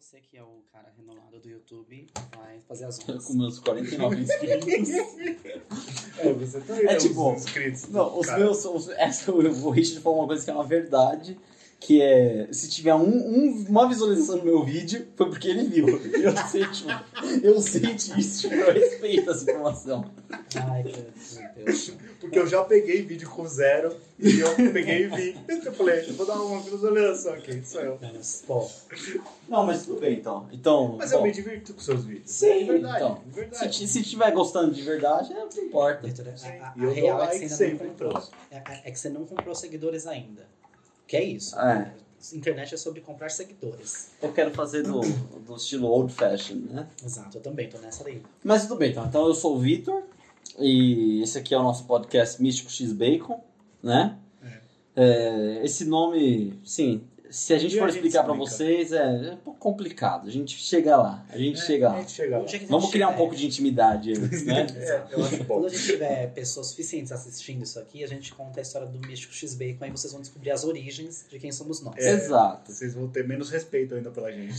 você que é o cara renomado do YouTube vai fazer as honras. Com meus 49 inscritos. Você também É tipo, os inscritos. Não, os meus... O Richard falou uma coisa que é uma verdade, que é, se tiver uma visualização no meu vídeo, foi porque ele viu. Eu sei disso, eu respeito essa informação. Ai, meu Deus. Porque eu já peguei vídeo com 0 e eu peguei e vi. Eu falei, vou dar uma visualização aqui, sou eu. Bom, Não, mas tudo bem, então. Mas bom, eu me divirto com seus vídeos. Sim, de verdade. então. De verdade. Se estiver gostando de verdade, é o que importa. Vitor, E eu dou real é like que você ainda sempre, não comprou. então. É que você não comprou seguidores ainda. Que é isso. É. Internet é sobre comprar seguidores. Eu quero fazer do estilo old fashion, né? Exato, eu também tô nessa daí. Mas tudo bem, então. Então eu sou o Vitor e esse aqui é o nosso podcast Místico X Bacon, né? Esse nome, sim, se a gente for explicar pra vocês, é um pouco complicado. A gente chega lá, A gente chega lá. Vamos criar um pouco de intimidade antes, né? Eu acho bom. Quando a gente tiver pessoas suficientes assistindo isso aqui, a gente conta a história do Místico X Bacon, aí vocês vão descobrir as origens de quem somos nós. Exato. Vocês vão ter menos respeito ainda pela gente.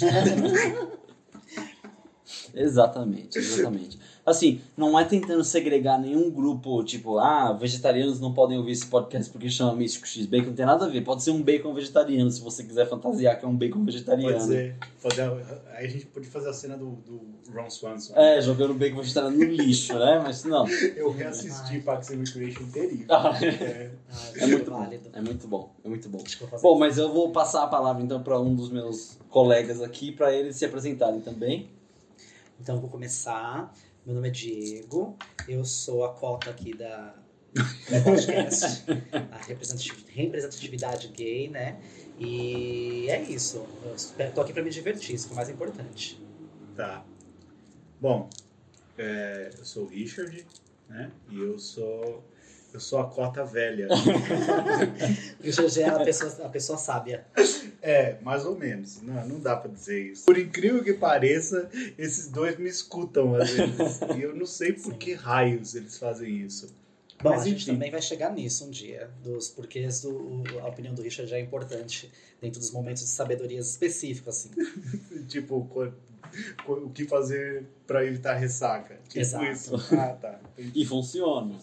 Exatamente. Assim, não é tentando segregar nenhum grupo, tipo, vegetarianos não podem ouvir esse podcast porque chama Místico X Bacon, não tem nada a ver. Pode ser um bacon vegetariano, se você quiser fantasiar que é um bacon vegetariano. Pode ser. Aí a gente pode fazer a cena do Ron Swanson. Jogando bacon vegetariano no lixo, né? Mas não. Eu reassisti Parks and Recreation inteirinho. É muito válido. É muito bom. Bom, mas eu vou passar a palavra então para um dos meus colegas aqui, para eles se apresentarem também. Então eu vou começar. Meu nome é Diego, eu sou a cota aqui da podcast, a representatividade gay, né? E é isso. Eu tô aqui pra me divertir, isso que é o mais importante. Tá. Bom, eu sou o Richard, né? E eu sou a cota velha. E o GG é a pessoa sábia. Mais ou menos. Não dá pra dizer isso. Por incrível que pareça, esses dois me escutam às vezes. E eu não sei por que raios eles fazem isso. Bom, Mas, a gente enfim. também vai chegar nisso um dia, dos porquês a opinião do Richard já é importante dentro dos momentos de sabedorias específicos, assim. Tipo, o que fazer pra evitar ressaca. Tipo Exato. isso. Tá. E funciona.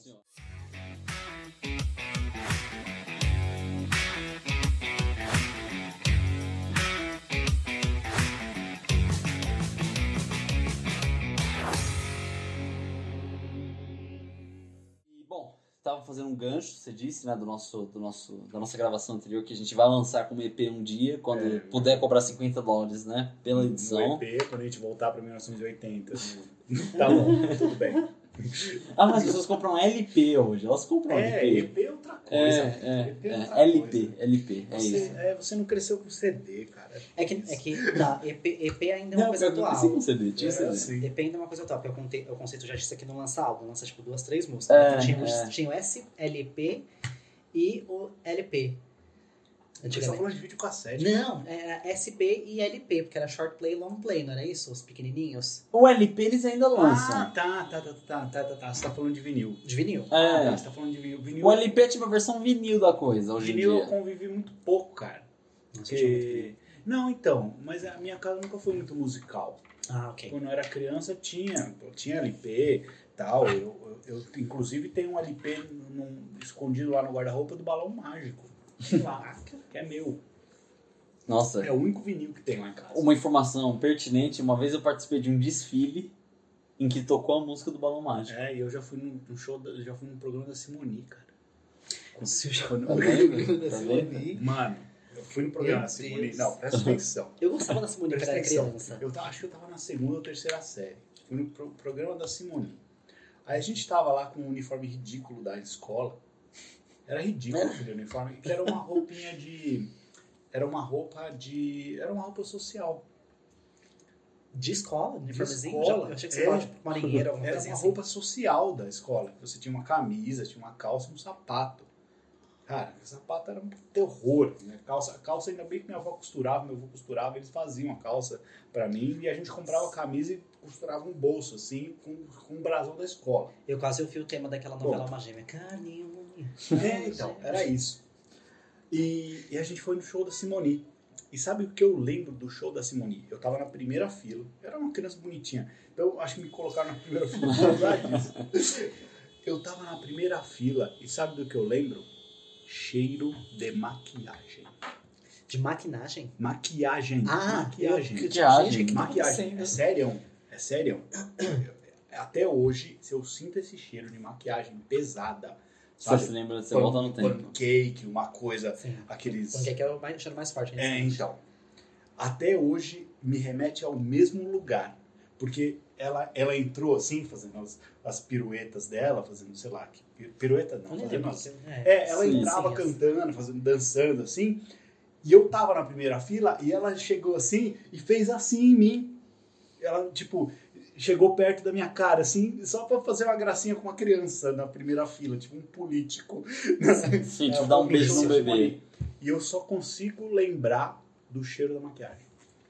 Estava fazendo um gancho, você disse, né, da nossa gravação anterior, que a gente vai lançar como EP um dia, quando puder cobrar $50, né, pela edição. No EP, quando a gente voltar para 1980. Tá bom, tudo bem. Mas as pessoas compram LP hoje, elas compram LP. EP é outra coisa. LP, é isso. Você não cresceu com CD, cara. EP ainda é uma coisa atual. Eu cresci com CD, tinha CD. Assim. EP ainda é uma coisa atual, porque o conceito já disse aqui não lança álbum, lança tipo 2, 3 músicas. Tinha o SLP e o LP. A gente tá falando de videocassete. Não, era SP e LP, porque era short play e long play, não era isso? Os pequenininhos. O LP eles ainda lançam. Tá. Você tá falando de vinil. De vinil. Você tá falando de vinil. O LP é tipo a versão vinil da coisa, hoje em dia. Vinil eu convivi muito pouco, cara. Não, então, mas a minha casa nunca foi muito musical. Ok. Quando eu era criança tinha LP e tal. Eu inclusive tenho um LP escondido lá no guarda-roupa do Balão Mágico. Lá, que é meu. Nossa. É o único vinil que tem lá em casa. Uma informação pertinente, uma vez eu participei de um desfile em que tocou a música do Balão Mágico. E eu já fui num show, já fui num programa da Simone, cara. Tá vendo? Mano, eu fui no programa da Simone. Não, presta atenção. Eu gostava da Simone quando era criança. Eu acho que eu tava na 2ª ou 3ª série. Fui no programa da Simone. Aí a gente tava lá com um uniforme ridículo da escola. Era ridículo aquele uniforme. Que era uma roupinha de... Era uma roupa social. De escola? Uniformezinho? De escola. Eu achei que você falava tipo marinheiro, alguma Era coisa uma assim. roupa social da escola. Você tinha uma camisa, tinha uma calça e um sapato. Cara, o sapato era um terror. Né? A calça ainda bem que minha avó costurava, meu avô costurava, eles faziam a calça pra mim e a gente comprava a camisa e costurava um bolso, assim, com o brasão da escola. Eu quase ouvi o tema daquela novela Alma Gêmea. Carne, então, era isso. E a gente foi no show da Simone. E sabe o que eu lembro do show da Simone? Eu tava na primeira fila, eu era uma criança bonitinha, então acho que me colocaram na primeira fila por causa disso. Eu tava na primeira fila e sabe do que eu lembro? Cheiro de maquiagem. De maquinagem? Maquiagem. Maquiagem. Maquiagem. Que Maquiagem. É sério? É sério? Até hoje, se eu sinto esse cheiro de maquiagem pesada, Você se lembra, você volta no tempo. Pancake, uma coisa, Sim. aqueles... Pancake é o cheiro mais forte. Né? então. Até hoje, me remete ao mesmo lugar. Porque ela entrou assim, fazendo as piruetas dela, fazendo, sei lá, pirueta não, fazendo ela entrava cantando, dançando assim, e eu tava na primeira fila, e ela chegou assim, e fez assim em mim. Ela, tipo, chegou perto da minha cara, assim, só pra fazer uma gracinha com uma criança na primeira fila, tipo um político. Sim, te dar um beijo no bebê. E eu só consigo lembrar do cheiro da maquiagem.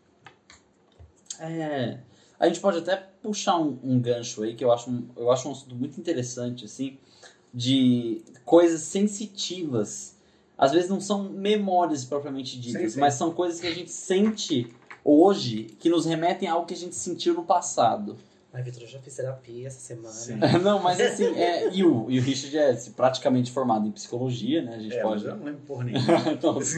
A gente pode até puxar um gancho aí, que eu acho um assunto muito interessante, assim, de coisas sensitivas. Às vezes não são memórias propriamente ditas, mas são coisas que a gente sente hoje, que nos remetem a algo que a gente sentiu no passado. Ai, Vitor, eu já fiz terapia essa semana. Sim. Não, mas assim, e o Richard é praticamente formado em psicologia, né? A gente pode... Mas eu não lembro porra nenhuma.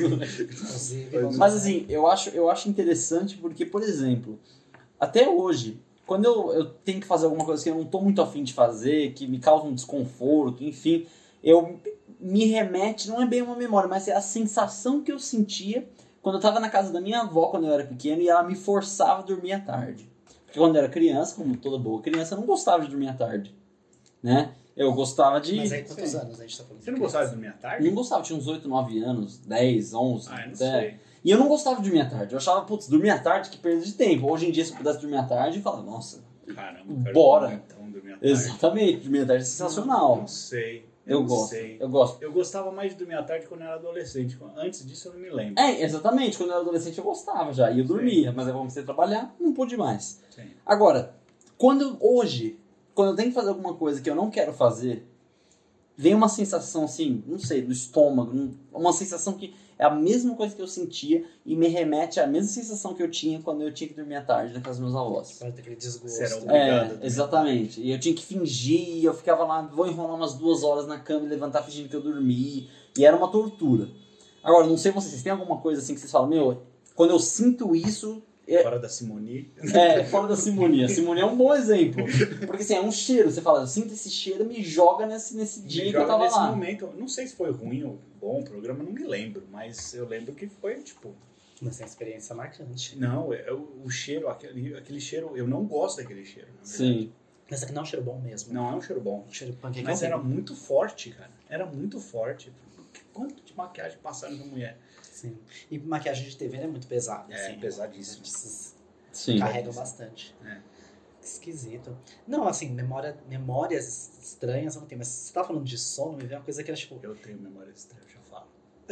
Mas assim, eu acho interessante porque, por exemplo, até hoje, quando eu tenho que fazer alguma coisa que eu não tô muito afim de fazer, que me causa um desconforto, enfim, me remete, não é bem uma memória, mas é a sensação que eu sentia quando eu tava na casa da minha avó, quando eu era pequeno, e ela me forçava a dormir à tarde. Porque quando eu era criança, como toda boa criança, eu não gostava de dormir à tarde, né? Eu gostava de... Mas aí quantos anos a gente tá falando? Você não gostava de dormir à tarde? Não gostava, tinha uns 8, 9 anos, 10, 11. Eu não até. sei. E eu não gostava de dormir à tarde. Eu achava, putz, dormir à tarde, que perda de tempo. Hoje em dia, se eu pudesse dormir à tarde, eu falava, nossa, Caramba, bora. Então, dormir à tarde. Exatamente, dormir à tarde é sensacional. Não sei. Eu gosto. Eu gostava mais de dormir à tarde quando eu era adolescente. Antes disso eu não me lembro. Exatamente. Quando eu era adolescente eu gostava já. E eu dormia. Mas eu comecei a trabalhar, não pude mais. Sim. Agora, quando eu tenho que fazer alguma coisa que eu não quero fazer, vem uma sensação assim, não sei, do estômago. Uma sensação que é a mesma coisa que eu sentia e me remete à mesma sensação que eu tinha quando eu tinha que dormir à tarde na casa dos meus avós. Pode ter aquele desgosto. Você era obrigado. Exatamente. E eu tinha que fingir, eu ficava lá, vou enrolar umas 2 horas na cama e levantar fingindo que eu dormi. E era uma tortura. Agora, não sei vocês têm alguma coisa assim que vocês falam, meu, quando eu sinto isso... Fora da Simone. Fora da Simone. A Simone é um bom exemplo. Porque assim, é um cheiro. Você fala, eu sinto esse cheiro, me joga nesse dia que eu tava nesse lá. momento. Não sei se foi ruim ou bom o programa, não me lembro. Mas eu lembro que foi, tipo... Mas é uma experiência marcante. Não, o cheiro, aquele cheiro... Eu não gosto daquele cheiro, na verdade. Sim. Mas é que não é um cheiro bom mesmo. Não é um cheiro bom. Cheiro de pancake. Mas era muito forte, cara. Era muito forte. Quanto de maquiagem passaram na mulher? Sim. E maquiagem de TV é muito pesada. É, assim. pesadíssimo. Sim. Carregam bastante. Esquisito. Não, assim, memórias estranhas eu não tenho. Mas se você tá falando de sono, me vem uma coisa que era tipo... Eu tenho memória estranha, eu já falo.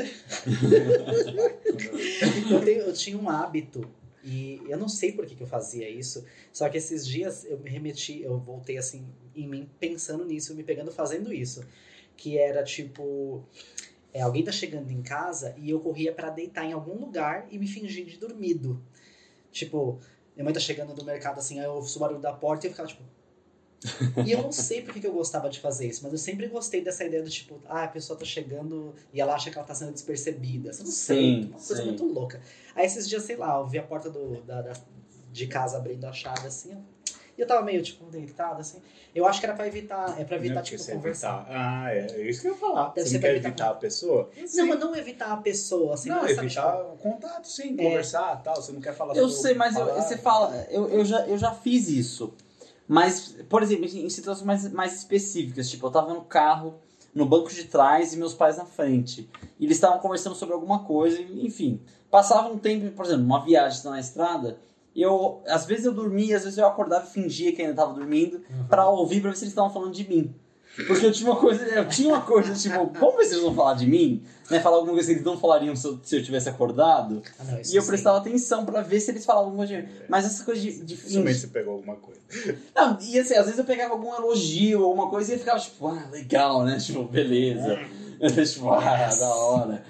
Eu tinha um hábito, e eu não sei por que eu fazia isso, só que esses dias eu voltei assim em mim pensando nisso, me pegando fazendo isso. Que era tipo, alguém tá chegando em casa e eu corria pra deitar em algum lugar e me fingir de dormido. Tipo, minha mãe tá chegando do mercado assim, aí eu ouço o barulho da porta e eu ficava tipo... E eu não sei por que eu gostava de fazer isso, mas eu sempre gostei dessa ideia do tipo, a pessoa tá chegando e ela acha que ela tá sendo despercebida. Eu não sei, uma coisa muito louca. Aí esses dias, sei lá, eu vi a porta de casa abrindo a chave assim, e eu tava meio, tipo, deitado assim. Eu acho que era pra evitar, tipo, conversar. É isso que eu ia falar. Deve Você ser não quer evitar a pessoa? Não, mas não evitar a pessoa, assim. Não, sabe, evitar tipo, o contato, sim, conversar e tal. Você não quer falar Eu sei, mas você fala, eu já fiz isso. Mas, por exemplo, em situações mais específicas, tipo, eu tava no carro, no banco de trás e meus pais na frente. E eles estavam conversando sobre alguma coisa, enfim. Passava um tempo, por exemplo, uma viagem na estrada, às vezes eu dormia, às vezes eu acordava e fingia que ainda tava dormindo, pra ouvir, pra ver se eles estavam falando de mim. Porque eu tinha uma coisa, tipo, como eles vão falar de mim? Né? Falar alguma coisa que eles não falariam se eu tivesse acordado. não, e eu prestava atenção pra ver se eles falavam alguma coisa de mim. Mas essa coisa de dificilmente você pegou alguma coisa. Não, e assim, às vezes eu pegava algum elogio ou alguma coisa e ficava tipo, legal, né? Tipo, beleza. Tipo, da hora.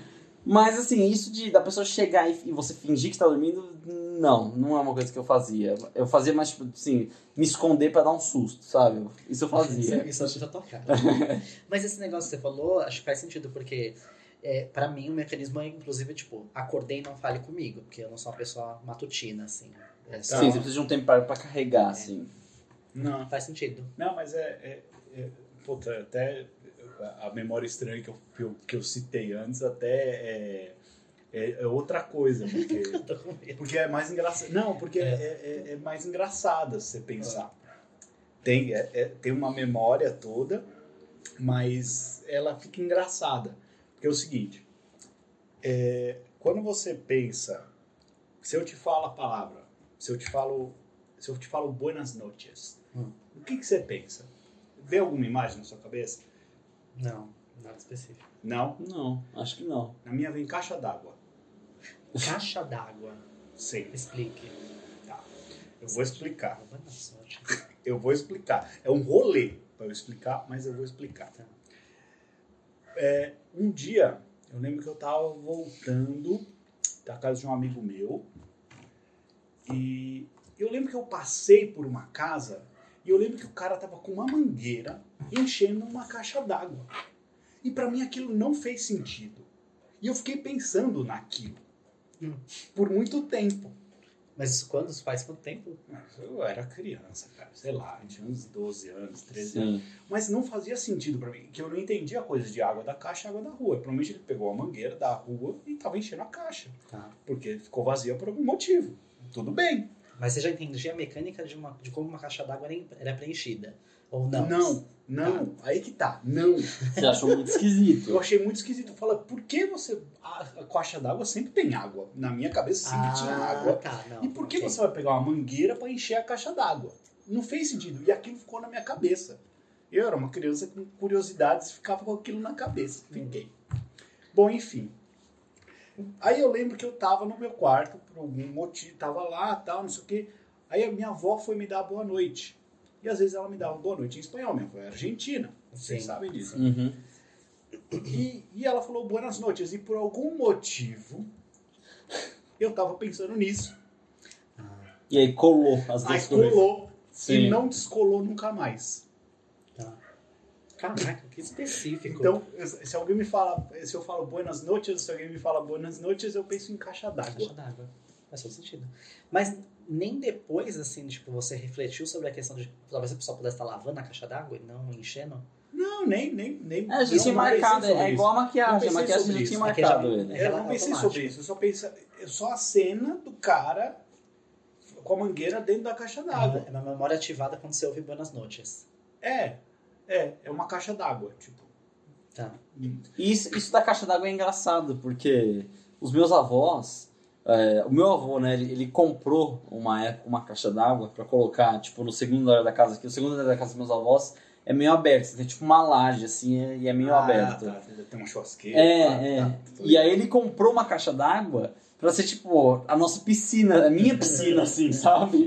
Mas assim, isso da pessoa chegar e você fingir que tá dormindo, não é uma coisa que eu fazia. Eu fazia mais, tipo, assim, me esconder pra dar um susto, sabe? Isso eu fazia. Isso já tua cara. Mas esse negócio que você falou, acho que faz sentido, porque pra mim o mecanismo é, inclusive, tipo, acordei e não fale comigo, porque eu não sou uma pessoa matutina, assim. Sim, você precisa de um tempo pra carregar, assim. Não. Faz sentido. Não, mas puta, até a memória estranha que eu citei antes até é outra coisa, porque é mais engraçado. Não, porque é mais engraçada se você pensar. Tem uma memória toda, mas ela fica engraçada. Porque é o seguinte, quando você pensa, se eu te falo a palavra, se eu te falo buenas noches, o que você pensa? Vê alguma imagem na sua cabeça? Não, nada específico. Não? Não, acho que não. Na minha vem caixa d'água. Caixa d'água. Sim. Explique. Tá. Eu vou explicar. Boa sorte. Eu vou explicar. É um rolê para eu explicar, mas eu vou explicar. Tá. Um dia, eu lembro que eu tava voltando da casa de um amigo meu e eu lembro que eu passei por uma casa e eu lembro que o cara tava com uma mangueira enchendo uma caixa d'água. E pra mim aquilo não fez sentido. E eu fiquei pensando naquilo por muito tempo. Mas isso faz quanto tempo? Eu era criança, cara, sei lá, tinha uns 12 anos, 13 anos. Mas não fazia sentido pra mim, que eu não entendia a coisa de água da caixa e água da rua. Provavelmente ele pegou a mangueira da rua e tava enchendo a caixa. Tá. Porque ficou vazia por algum motivo. Tudo bem. Mas você já entendia a mecânica de como uma caixa d'água era preenchida? Ou não? Não. Aí que tá. Não. Você achou muito esquisito. Eu achei muito esquisito. Eu falei, por que a caixa d'água sempre tem água? Na minha cabeça sempre tinha água. Tá, não. E por que você vai pegar uma mangueira pra encher a caixa d'água? Não fez sentido. E aquilo ficou na minha cabeça. Eu era uma criança com curiosidades e ficava com aquilo na cabeça. Fiquei. Bom, enfim. Aí eu lembro que eu tava no meu quarto, por algum motivo, tava lá, tal, não sei o quê. Aí a minha avó foi me dar boa noite. E às vezes ela me dava boa noite em espanhol, minha avó é argentina, vocês sabem disso. Uhum. E ela falou buenas noches, e por algum motivo eu tava pensando nisso. E aí colou as duas coisas. Aí colou, Sim. e não descolou nunca mais. Tá. Caraca, que específico. Então, se alguém me fala, se eu falo buenas noches, se alguém me fala buenas noches, eu penso em caixa d'água. Caixa d'água. Faz todo sentido. Mas nem depois, assim, tipo, você refletiu sobre a questão de talvez a pessoa pudesse estar lavando a caixa d'água e não enchendo? Não, nem. A gente tinha marcado, igual a maquiagem. A maquiagem já tinha marcado ele. Eu não pensei sobre isso, só a cena do cara com a mangueira dentro da caixa d'água. É uma memória ativada quando você ouve Buenas Noches. É uma caixa d'água, tipo. Tá. Isso da caixa d'água é engraçado, porque os meus avós, o meu avô, né, ele comprou uma época uma caixa d'água pra colocar, tipo, no segundo andar da casa, que o segundo andar da casa dos meus avós é meio aberto, tem tipo uma laje, assim, e é meio aberto. Tá, tem uma churrasqueira. E aí ele comprou uma caixa d'água pra ser, tipo, a nossa piscina, a minha piscina, assim, sabe?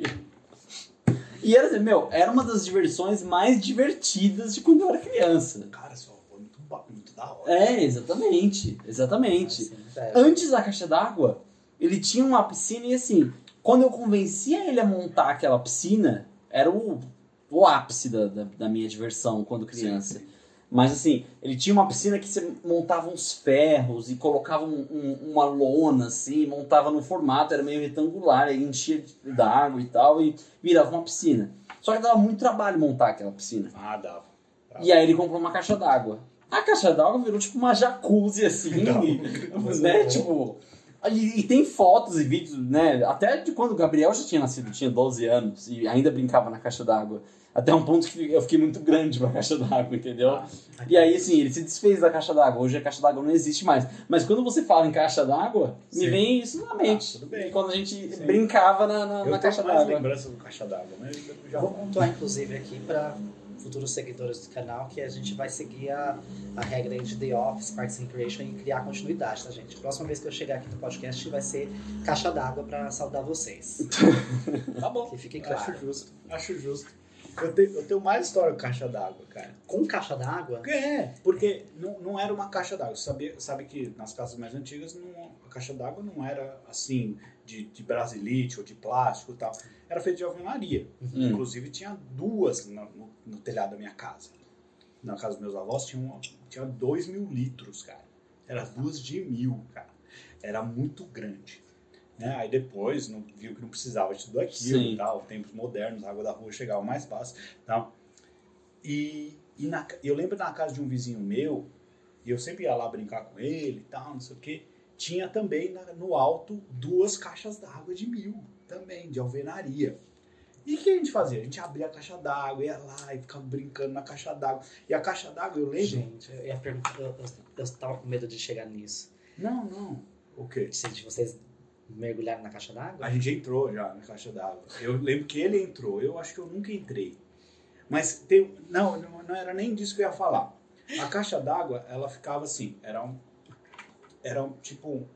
E era, era uma das diversões mais divertidas de quando eu era criança. Cara, seu avô é muito da hora. Exatamente. Assim, Antes da caixa d'água, ele tinha uma piscina e assim, quando eu convencia ele a montar aquela piscina, era o ápice da minha diversão quando criança. Sim. Mas assim, ele tinha uma piscina que você montava uns ferros e colocava uma lona assim, montava no formato, era meio retangular, aí enchia d'água e tal, e virava uma piscina. Só que dava muito trabalho montar aquela piscina. Dava. E aí ele comprou uma caixa d'água. A caixa d'água virou tipo uma jacuzzi assim, né? Tipo... E tem fotos e vídeos, né? Até de quando o Gabriel já tinha nascido, tinha 12 anos e ainda brincava na caixa d'água. Até um ponto que eu fiquei muito grande pra caixa d'água, entendeu? E aí, assim, ele se desfez da caixa d'água. Hoje a caixa d'água não existe mais. Mas quando você fala em caixa d'água, me vem isso na mente. Tudo bem. Quando a gente brincava na caixa d'água. Eu tenho mais lembrança do caixa d'água, mas eu já... Vou pontuar, inclusive, aqui para futuros seguidores do canal que a gente vai seguir a regra aí de The Office, Parks and Recreation e criar continuidade, tá, gente? A próxima vez que eu chegar aqui no podcast vai ser caixa d'água para saudar vocês. Tá bom. Que fique claro. Acho justo. Eu tenho mais história com caixa d'água, cara. Com caixa d'água? Porque não era uma caixa d'água. Sabe que nas casas mais antigas a caixa d'água não era assim, de brasilite ou de plástico e tal. Era feita de alvenaria. Inclusive tinha 2 no telhado da minha casa. Na casa dos meus avós tinha 2.000 litros, cara. Era 2 de 1.000, cara. Era muito grande. Né? Aí depois viu que não precisava de tudo aquilo e tal. Tempos modernos, a água da rua chegava mais fácil. Tal. Eu lembro na casa de um vizinho meu, e eu sempre ia lá brincar com ele e tal, não sei o quê. Tinha também no alto 2 caixas d'água de 1.000 também, de alvenaria. E o que a gente fazia? A gente abria a caixa d'água, ia lá e ficava brincando na caixa d'água. E a caixa d'água, eu lembro... Gente, eu ia perguntar, eu tava com medo de chegar nisso. Não. O quê? De vocês mergulharam na caixa d'água? A gente entrou já na caixa d'água. Eu lembro que ele entrou, eu acho que eu nunca entrei. Mas não era nem disso que eu ia falar. A caixa d'água, ela ficava assim, era tipo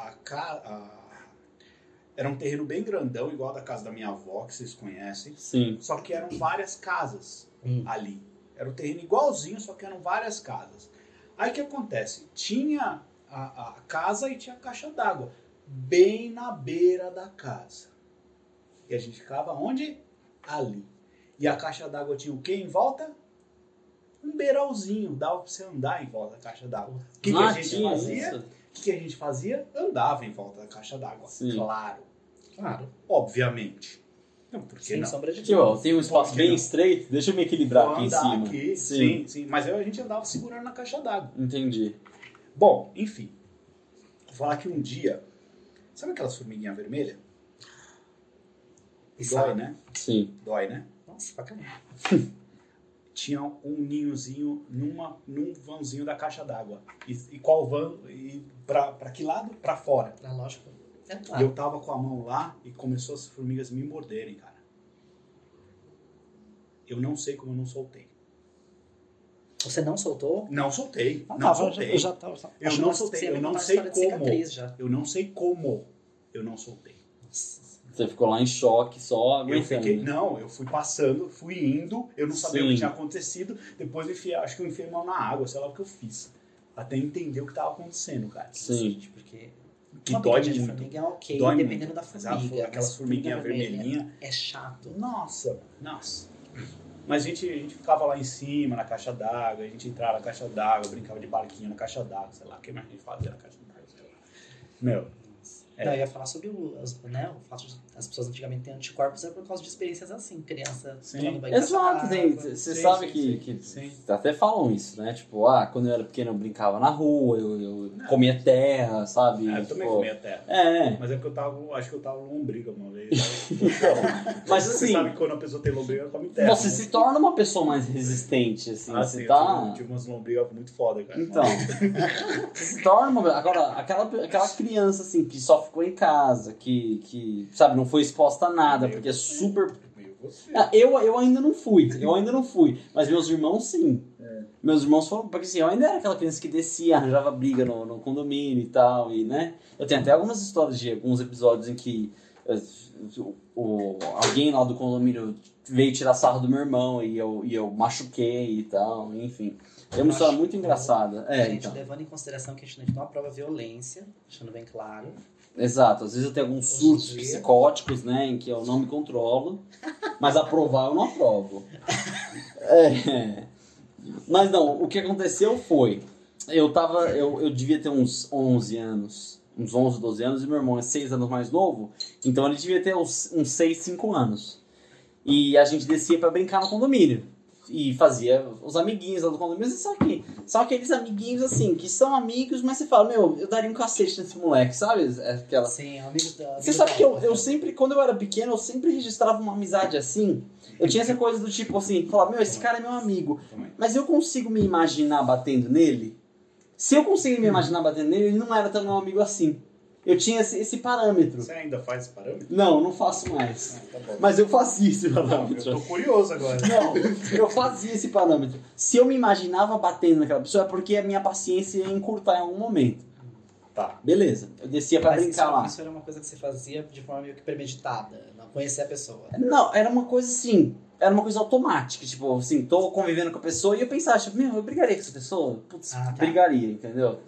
era um terreno bem grandão, igual da casa da minha avó, que vocês conhecem. Sim. Só que eram várias casas ali. Era um terreno igualzinho, só que eram várias casas. Aí o que acontece? Tinha a casa e tinha a caixa d'água, bem na beira da casa. E a gente ficava onde? Ali. E a caixa d'água tinha o quê em volta? Um beiralzinho, dava pra você andar em volta da caixa d'água. O que a gente fazia? O que a gente fazia? Andava em volta da caixa d'água. Claro. Obviamente. Não, porque sem não? sombra de dúvida. Tem um espaço bem estreito, deixa eu me equilibrar aqui em cima. Aqui. Sim. Mas a gente andava segurando na caixa d'água. Entendi. Bom, enfim. Vou falar que um dia... Sabe aquelas formiguinhas vermelhas? Dói, né? Sim. Dói, né? Nossa, pra caramba. Tinha um ninhozinho num vãozinho da caixa d'água. E qual vão? E pra que lado? Pra fora. Lógico. E eu tava com a mão lá e começou as formigas me morderem, cara. Eu não sei como eu não soltei. Você não soltou? Não soltei. Eu já tava. Eu não soltei. Eu não sei como. Eu não sei como eu não soltei. Você ficou lá em choque, só aguentando. Eu fui passando, fui indo, eu não sabia o que tinha acontecido. Depois acho que eu enfiei a mão na água, sei lá o que eu fiz. Até entender o que estava acontecendo, cara. Sim. Porque que dói de muito. Formiga é ok, dói dependendo muito. da formiga. Aquelas formiguinhas vermelhinhas. É chato. Nossa. Mas a gente ficava lá em cima, na caixa d'água, a gente entrava na caixa d'água, brincava de barquinho na caixa d'água, sei lá, o que mais a gente fazia na caixa d'água, sei lá. Meu. Não, eu ia falar sobre o fato de as pessoas antigamente terem anticorpos é por causa de experiências assim, criança tomando banho. Exato, você sabe que até falam isso, né? Tipo, quando eu era pequeno eu brincava na rua, eu comia terra, sabe? Eu também comia terra. Mas é porque acho que eu tava no lombriga uma vez. Mas assim... Você sabe que quando a pessoa tem lombriga, ela come terra. Você se torna uma pessoa mais resistente, assim. Você Eu tive umas lombrigas muito foda, cara. Então, você se torna uma... Agora, aquela criança, assim, que só ficou em casa, que sabe, não foi exposta a nada, porque é super... Eu ainda não fui, mas meus irmãos sim. Meus irmãos foram, porque assim, eu ainda era aquela criança que descia, arranjava briga no condomínio e tal, e né, eu tenho até algumas histórias de alguns episódios em que alguém lá do condomínio veio tirar sarro do meu irmão e eu machuquei e tal, enfim. É uma história muito engraçada. Gente, levando em consideração que a gente não aprova violência, deixando bem claro. Exato, às vezes eu tenho alguns surtos psicóticos, né, em que eu não me controlo, mas aprovar eu não aprovo. Mas não, o que aconteceu foi, eu devia ter uns 11 anos, uns 11, 12 anos, e meu irmão é 6 anos mais novo, então ele devia ter uns 6, 5 anos. E a gente descia pra brincar no condomínio. E fazia os amiguinhos lá do condomínio. São aqueles amiguinhos, assim, que são amigos, mas você fala, eu daria um cacete nesse moleque, sabe? Sim, amigos da... Você sabe que eu sempre, quando eu era pequeno, eu sempre registrava uma amizade assim. Eu tinha essa coisa do tipo, assim, falar, esse cara é meu amigo. Mas eu consigo me imaginar batendo nele? Se eu conseguir me imaginar batendo nele, ele não era tão meu amigo assim. Eu tinha esse parâmetro. Você ainda faz esse parâmetro? Não faço mais. Tá bom. Mas eu fazia esse parâmetro. Eu tô curioso agora. Não, eu fazia esse parâmetro. Se eu me imaginava batendo naquela pessoa, é porque a minha paciência ia encurtar em algum momento. Tá. Beleza. Eu descia pra brincar lá. Isso era uma coisa que você fazia de forma meio que premeditada. Não, conhecer a pessoa. Não, era uma coisa assim, era uma coisa automática. Tipo, assim, tô convivendo com a pessoa e eu pensava, tipo, eu brigaria com essa pessoa? Putz, brigaria, entendeu?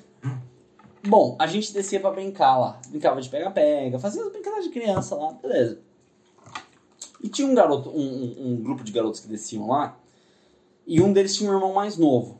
Bom, a gente descia pra brincar lá. Brincava de pega-pega, fazia as brincadeiras de criança lá, beleza. E tinha um garoto, um grupo de garotos que desciam lá, e um deles tinha um irmão mais novo.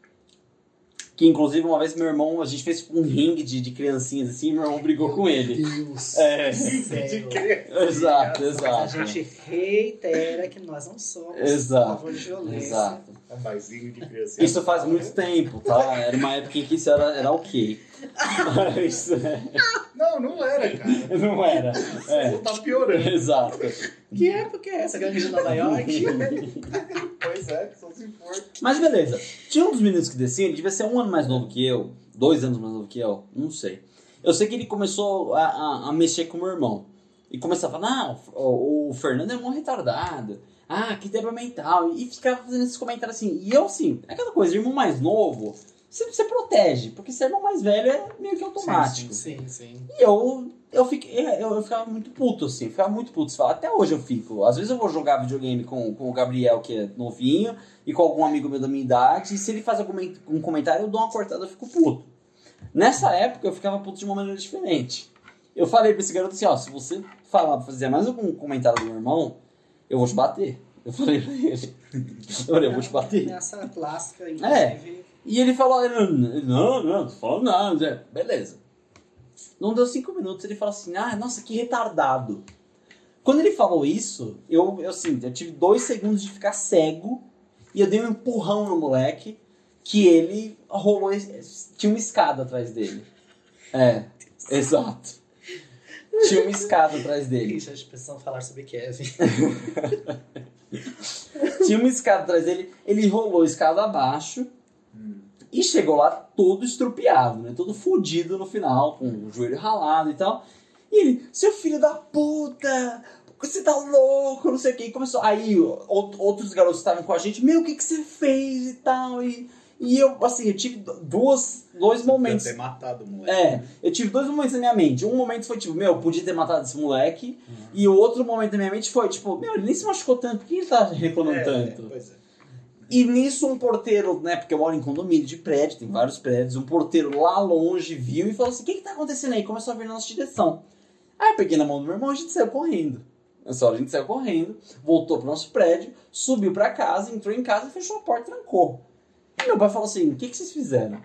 Que inclusive uma vez meu irmão, a gente fez um ringue de criancinhas assim, e meu irmão brigou com ele. Meu Deus. De criança. Exato. A gente reitera que nós não somos Exato. a favor de violência. Exato. Mais ringue de criança. Isso faz muito tempo, tá? Era uma época em que isso era ok. Mas... Não era, cara. Não era. Você tá piorando. Exato. Que época é essa? Gangue de Nova York? Pois é, só se for. Mas beleza. Tinha um dos meninos que descia, ele devia ser 1 ano mais novo que eu, 2 anos mais novo que eu, não sei. Eu sei que ele começou a mexer com o meu irmão. E começava a falar, não, o Fernando é um retardado. Ah, que temperamental. E ficava fazendo esses comentários assim. E eu, assim, aquela coisa, irmão mais novo, você protege. Porque ser irmão mais velho é meio que automático. Sim. E eu ficava muito puto, assim. Ficava muito puto. Até hoje eu fico. Às vezes eu vou jogar videogame com o Gabriel, que é novinho, e com algum amigo meu da minha idade. E se ele faz algum comentário, eu dou uma cortada, eu fico puto. Nessa época, eu ficava puto de uma maneira diferente. Eu falei pra esse garoto assim, ó, se você fazer mais algum comentário do meu irmão, eu vou te bater. Eu falei pra ele. Eu vou te bater. Essa clássica, inclusive. E ele falou, não, tô falando nada. Beleza. Não deu 5 minutos, ele falou assim, nossa, que retardado. Quando ele falou isso, eu tive 2 segundos de ficar cego e eu dei um empurrão no moleque que ele rolou, tinha uma escada atrás dele. Exato. Tinha uma escada atrás dele. Ixi, a gente precisa falar sobre Kevin. Tinha uma escada atrás dele, ele rolou a escada abaixo e chegou lá todo estrupiado, né? Todo fudido no final, com o joelho ralado e tal. E ele, seu filho da puta, você tá louco, não sei o que. E começou, aí outros garotos estavam com a gente, meu, o que você fez e tal. E eu, assim, eu tive dois momentos. Podia ter matado o moleque. Eu tive 2 momentos na minha mente. Um momento foi tipo, meu, eu podia ter matado esse moleque. E o outro momento na minha mente foi tipo, meu, ele nem se machucou tanto, por que ele tá reclamando tanto? Pois é. E nisso um porteiro, né, porque eu moro em condomínio de prédio, tem vários prédios, um porteiro lá longe viu e falou assim, o que tá acontecendo aí? Começou a vir na nossa direção. Aí eu peguei na mão do meu irmão e a gente saiu correndo. Nessa hora a gente saiu correndo, voltou pro nosso prédio, subiu pra casa, entrou em casa, fechou a porta e trancou. E meu pai falou assim, o que vocês fizeram?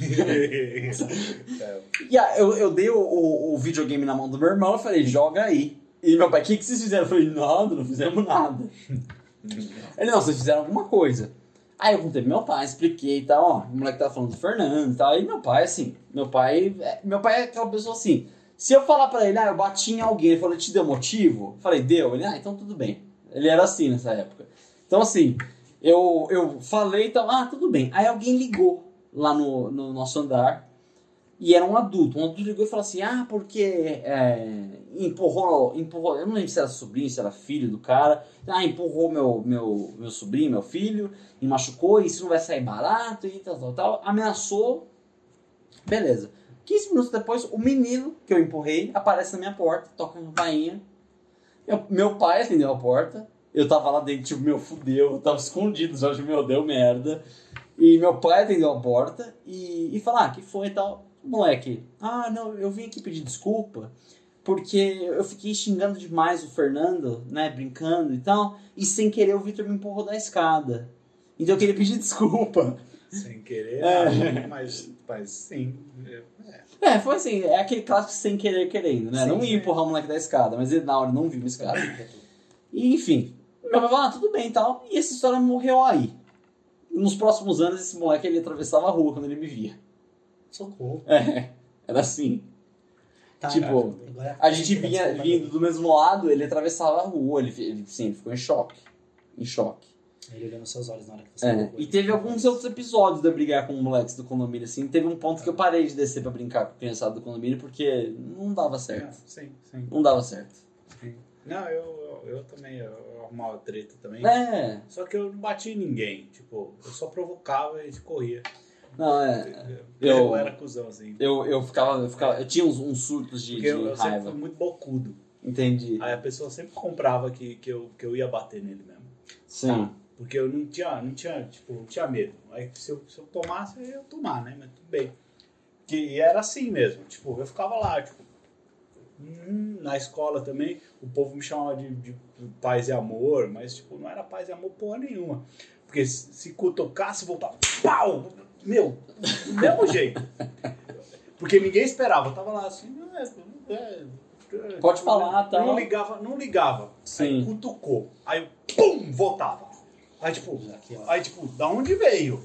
E aí, eu dei o videogame na mão do meu irmão e falei, joga aí. E meu pai, o que vocês fizeram? Eu falei, nada, não fizemos nada. Ele, não, vocês fizeram alguma coisa. Aí eu contei pro meu pai, expliquei e tal, ó, o moleque tava falando do Fernando e tal. Aí meu pai, assim, meu pai é aquela pessoa assim, se eu falar pra ele, eu bati em alguém, ele falou, te deu motivo? Eu falei, deu. Ele, então tudo bem. Ele era assim nessa época. Então assim, eu falei e tal, tudo bem. Aí alguém ligou lá no nosso andar, e era um adulto. Um adulto ligou e falou assim, porque empurrou, eu não lembro se era sobrinho, se era filho do cara. Empurrou meu sobrinho, meu filho, e machucou, e isso não vai sair barato, e tal. Ameaçou. Beleza. 15 minutos depois, o menino que eu empurrei aparece na minha porta, toca a campainha. Meu pai atendeu a porta. Eu tava lá dentro, tipo, meu, fudeu. Eu tava escondido, só que, meu, deu merda. E meu pai atendeu a porta e falou, que foi e tal. Moleque, não, eu vim aqui pedir desculpa porque eu fiquei xingando demais o Fernando, né, brincando e tal, e sem querer o Vitor me empurrou da escada. Então eu queria pedir desculpa. Sem querer, mas sim. Foi assim, é aquele clássico sem querer querendo, né? Sim, não ia empurrar o moleque da escada, mas ele na hora não viu a escada. E enfim, meu pai falou, tudo bem e tal, e essa história morreu aí. Nos próximos anos, esse moleque, ele atravessava a rua quando ele me via. Socorro. Era assim. Tá, tipo, a gente vinha vindo do mesmo lado, ele atravessava a rua, ele ficou em choque. Ele olhou nos seus olhos na hora que você E teve alguns outros episódios de eu brigar com moleques do condomínio, assim. Teve um ponto que eu parei de descer pra brincar com a criançada do condomínio, porque não dava certo. Sim. Não dava certo. Sim. Não, eu também, eu arrumava treta também. Só que eu não bati em ninguém, tipo, eu só provocava e corria. Não, eu era cuzão, assim. Eu tinha uns surtos de eu raiva. sempre fui muito bocudo. Entendi. Aí a pessoa sempre comprava que eu ia bater nele mesmo. Sim. Tá? Porque eu não tinha medo. Aí se eu tomasse, eu ia tomar, né? Mas tudo bem. E era assim mesmo. Tipo, eu ficava lá, tipo, na escola também, o povo me chamava de paz e amor, mas tipo, não era paz e amor porra nenhuma. Porque se cutucasse, voltava, pau! Meu, do mesmo jeito. Porque ninguém esperava. Eu tava lá assim, Pode falar, tá? Não ligava. Sim. Aí cutucou. Aí, pum, voltava. Aí, tipo, da onde veio?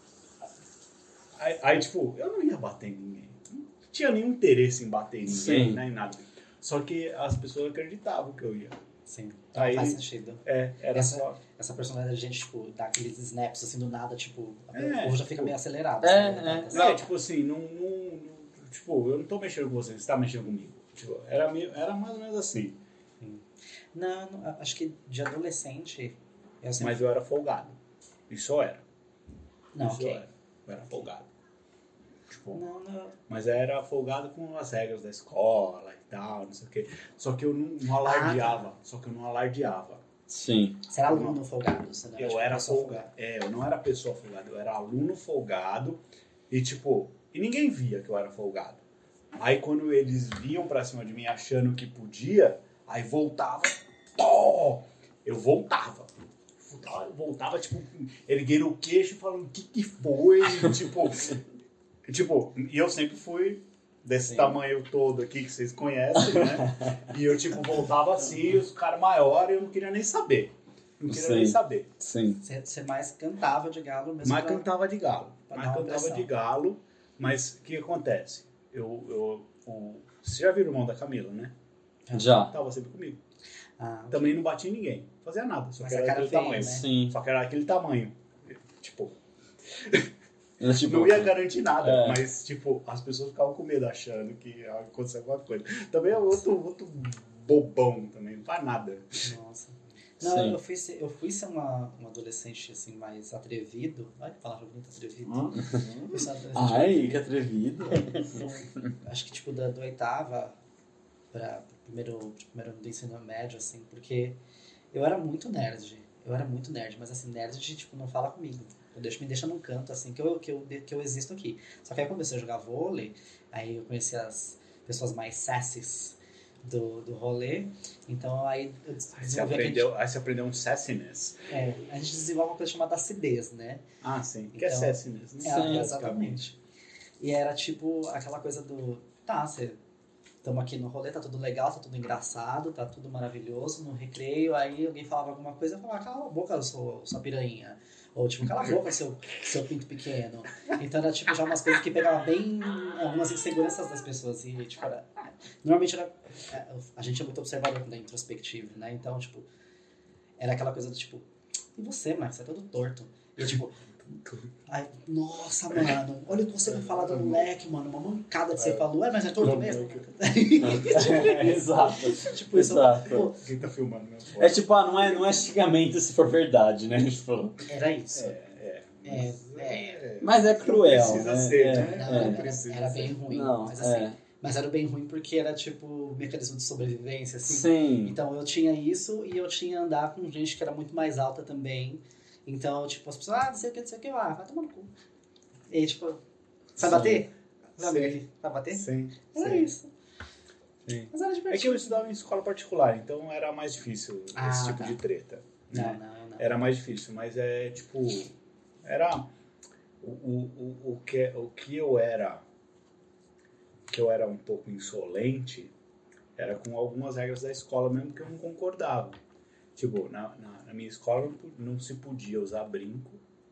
Aí, tipo, eu não ia bater em ninguém. Não tinha nenhum interesse em bater em ninguém, nem nada. Só que as pessoas acreditavam que eu ia. Sim, aí, faz sentido. Era só... Essa personalidade da gente, tipo, dá aqueles snaps assim do nada, tipo, o povo já fica meio acelerado. Tipo assim, tipo, eu não tô mexendo com você tá mexendo comigo. Tipo, era mais ou menos assim. Sim. Não, acho que de adolescente... Mas eu era folgado. Isso eu era. Não, isso ok. Eu era folgado. Tipo, não. Mas era folgado com as regras da escola e tal, não sei o quê. Só que eu não alardeava. Sim. Você era aluno folgado? Você não eu era folgado. Eu não era pessoa folgada. Eu era aluno folgado. E tipo, e ninguém via que eu era folgado. Aí quando eles vinham pra cima de mim achando que podia, aí voltava. Eu voltava, tipo, erguendo o queixo e falando o que foi, tipo, e eu sempre fui desse tamanho todo aqui que vocês conhecem, né? E eu, tipo, voltava assim, os caras maiores, eu não queria nem saber. Sim. Você mais cantava de galo mesmo? Cantava de galo. Mas o que acontece? Você já viu o irmão da Camila, né? Já. Tava sempre comigo. Okay. Também não batia em ninguém. Fazia nada. Só mas que era aquele tamanho. Né? Sim. Só que era aquele tamanho. Tipo... tipo não ia garantir nada. Mas, tipo, as pessoas ficavam com medo achando que ia acontecer alguma coisa. Também é outro bobão também. Não faz nada. Nossa. Não, eu fui ser um adolescente, assim, mais atrevido. Ai, que palavra bonita, atrevido. Ai, que atrevido. Acho que, tipo, do oitava para primeiro do ensino médio, assim, porque eu era muito nerd, mas assim, nerd de, tipo, não fala comigo. Me deixa num canto, assim, que eu existo aqui. Só que aí eu comecei a jogar vôlei, aí eu conheci as pessoas mais sassies do rolê, então aí eu desenvolvi... Aí você aprendeu um sassiness. A gente desenvolve uma coisa chamada acidez, né? Ah, sim. Então, que é sassiness, né? Sim, exatamente. E era, tipo, aquela coisa do... Estamos aqui no rolê, tá tudo legal, tá tudo engraçado, tá tudo maravilhoso. No recreio, aí alguém falava alguma coisa, eu falava, cala a boca, sua piranha. Ou tipo, cala a boca, seu pinto pequeno. Então era tipo já umas coisas que pegavam bem algumas inseguranças das pessoas. E tipo, normalmente a gente é muito observador quando é introspectivo, né? Então, tipo, era aquela coisa do tipo, e você, Max, você é todo torto. E tipo... Ai, nossa, mano, olha o que você vai falar do moleque, mano, uma mancada que você falou, mas é torto mesmo? Exato. Tipo, isso. Exato. Quem tá filmando mesmo? É tipo, não é xingamento se for verdade, né? Tipo, era isso. Mas é cruel. Precisa ser, né? Era bem ruim. Não, mas assim. Mas era bem ruim porque era tipo mecanismo de sobrevivência, assim. Sim. Então eu tinha isso e eu tinha andar com gente que era muito mais alta também. Então, tipo, as pessoas, não sei o que, vai tomar no cu. E, tipo, vai bater? Vai bater? Sim. Era isso. Sim. Mas era divertido. É que eu estudava em escola particular, então era mais difícil esse tipo de treta. Né? Não. Era mais difícil, mas é, tipo, era... O que eu era um pouco insolente era com algumas regras da escola mesmo que eu não concordava. Tipo, na minha escola não se podia usar brinco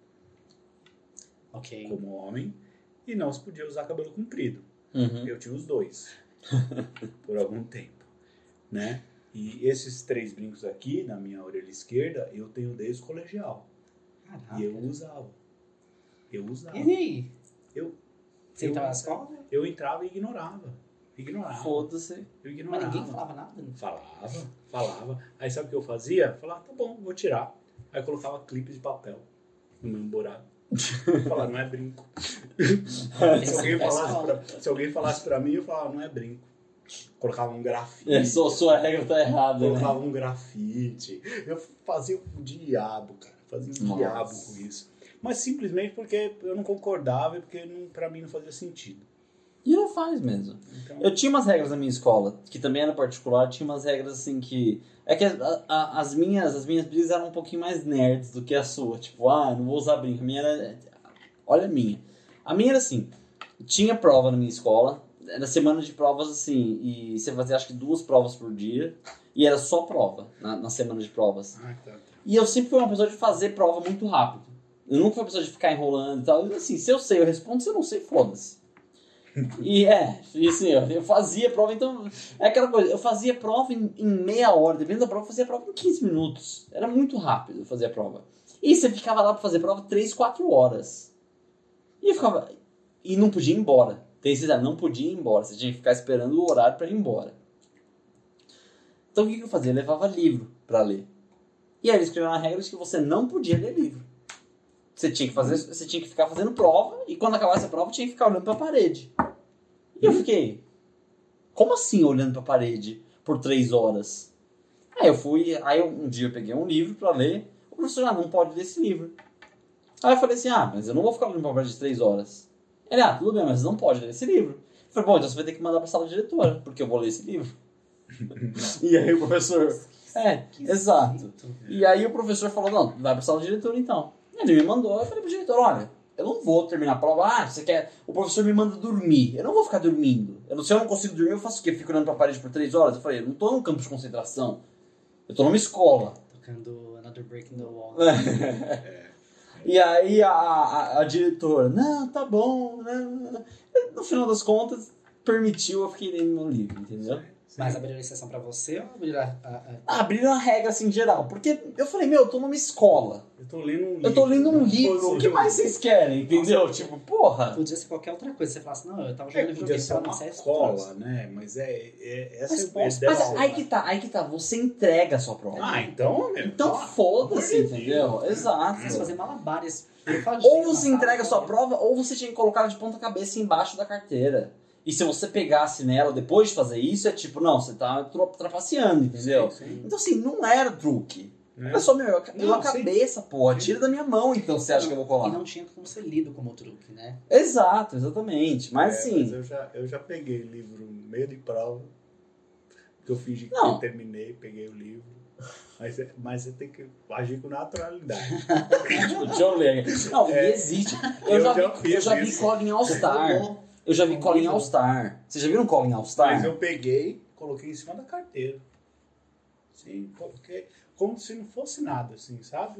como homem e não se podia usar cabelo comprido. Uhum. Eu tinha os dois por algum tempo, né? E esses 3 brincos aqui, na minha orelha esquerda, eu tenho desde o colegial. Caraca. E eu usava. E aí? Você entrava na escola? Eu entrava e ignorava. Foda-se. Eu ignorava. Mas ninguém falava nada? Falava. Aí sabe o que eu fazia? Falava, tá bom, vou tirar. Aí eu colocava clipe de papel no meu buraco. Falava, não é brinco. Se alguém falasse pra mim, eu falava, não é brinco. colocava um grafite. Sua regra tá errada, Colocava né? um grafite. Eu fazia o diabo, cara. Fazia um diabo com isso. Mas simplesmente porque eu não concordava e porque pra mim não fazia sentido. E não faz mesmo. Então, Eu tinha umas regras na minha escola, que também era particular, tinha umas regras assim que... É que as minhas brisas eram um pouquinho mais nerds do que a sua. Tipo, não vou usar brinco. A minha era... Olha a minha. A minha era assim, tinha prova na minha escola, era semana de provas assim, e você fazia acho que 2 provas por dia, e era só prova na semana de provas. tá. E eu sempre fui uma pessoa de fazer prova muito rápido. Eu nunca fui uma pessoa de ficar enrolando e tal. Assim, se eu sei, eu respondo. Se eu não sei, foda-se. E assim, eu fazia prova, então... É aquela coisa, eu fazia prova em meia hora. Dependendo da prova, eu fazia prova em 15 minutos. Era muito rápido eu fazer a prova. E você ficava lá pra fazer prova 3, 4 horas. E eu ficava... E não podia ir embora. Não podia ir embora. Você tinha que ficar esperando o horário pra ir embora. Então o que eu fazia? Eu levava livro pra ler. E aí eles escreveram uma regra de que você não podia ler livro. Você tinha que ficar fazendo prova, e quando acabasse a prova, tinha que ficar olhando pra parede. E eu fiquei, como assim olhando pra parede por 3 horas? Aí um dia eu peguei um livro pra ler, o professor, não pode ler esse livro. Aí eu falei assim, mas eu não vou ficar olhando pra parede 3 horas. Ele, tudo bem, mas não pode ler esse livro. Eu falei, bom, então você vai ter que mandar pra sala diretora, porque eu vou ler esse livro. E aí o professor... exato. E aí o professor falou, não, vai pra sala diretora então. Ele me mandou, eu falei pro diretor, olha, eu não vou terminar a prova, você quer... O professor me manda dormir, eu não vou ficar dormindo. Se eu não consigo dormir, eu faço o quê? Fico olhando pra parede por 3 horas? Eu falei, eu não tô num campo de concentração, eu tô numa escola. Tocando Another Break in the Wall. E aí a diretora, não, tá bom, né? No final das contas, permitiu eu fiquei lendo meu livro, entendeu? Mas abriram exceção pra você ou abriram Abriram a regra assim, geral. Porque eu falei, eu tô numa escola. Eu tô lendo um livro. Eu tô lendo um livro. O que mais vocês querem, entendeu? Tipo, porra. Podia ser qualquer outra coisa. Você falasse, não, eu tava jogando Podia videogame ser pra uma lançar cola, né? Mas essa Mas dessa aí que tá. Você entrega a sua prova. Então, meu. Então foda-se, entendeu? Exato. Mas fazer malabares. Ou você entrega a sua prova, ou você tinha que colocar ela de ponta cabeça embaixo da carteira. E se você pegasse nela depois de fazer isso, é tipo, não, você tá trapaceando, entendeu? Sim. Então assim, não era truque. Era só, eu acabei essa porra, tira da minha mão, então você acha que eu vou colar. E não tinha como ser lido como truque, né? Exato, exatamente. Mas sim. Mas eu já peguei livro no meio de prova, que eu fingi que eu terminei, peguei o livro. Mas você tem que agir com naturalidade. Deixa eu ler. Não, e existe. Eu já vi cola em All-Star. Eu já vi cola em All-Star. Vocês já viram cola em All-Star? Mas eu peguei, coloquei em cima da carteira. Sim, porque como se não fosse nada, assim, sabe?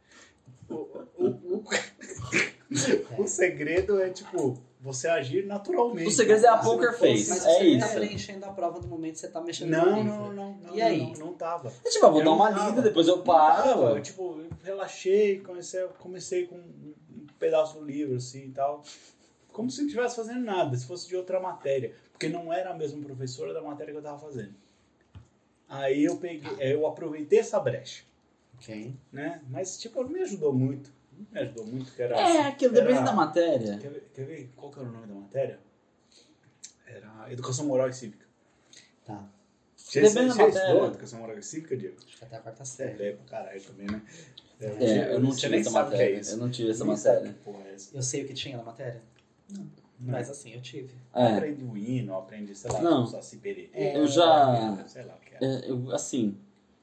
O segredo é, tipo, você agir naturalmente. O segredo é a poker face. Mas É você isso. tá preenchendo a prova no momento que você tá mexendo no livro. Não. E aí? Não tava. É tipo, eu vou dar uma lida, depois eu paro. Eu, tipo, relaxei, comecei com um pedaço do livro, assim, e tal. Como se não estivesse fazendo nada, se fosse de outra matéria. Porque não era a mesma professora da matéria que eu tava fazendo. Aí eu aproveitei essa brecha. Ok. Né? Mas, tipo, não me ajudou muito. Que era... aquilo, depende da matéria. Quer ver qual que era o nome da matéria? Era Educação Moral e Cívica. Tá. Depende da matéria. Estudou Educação Moral e Cívica, Diego? Acho que até a 4ª série. É, pra caralho também, né? Eu não tive essa matéria. Eu não tive essa matéria. Eu sei o que tinha na matéria? Não. Mas assim, eu tive. Aprendi o hino, aprendi, sei lá, não. usar ciberê. Eu já... Sei lá o que é. Assim...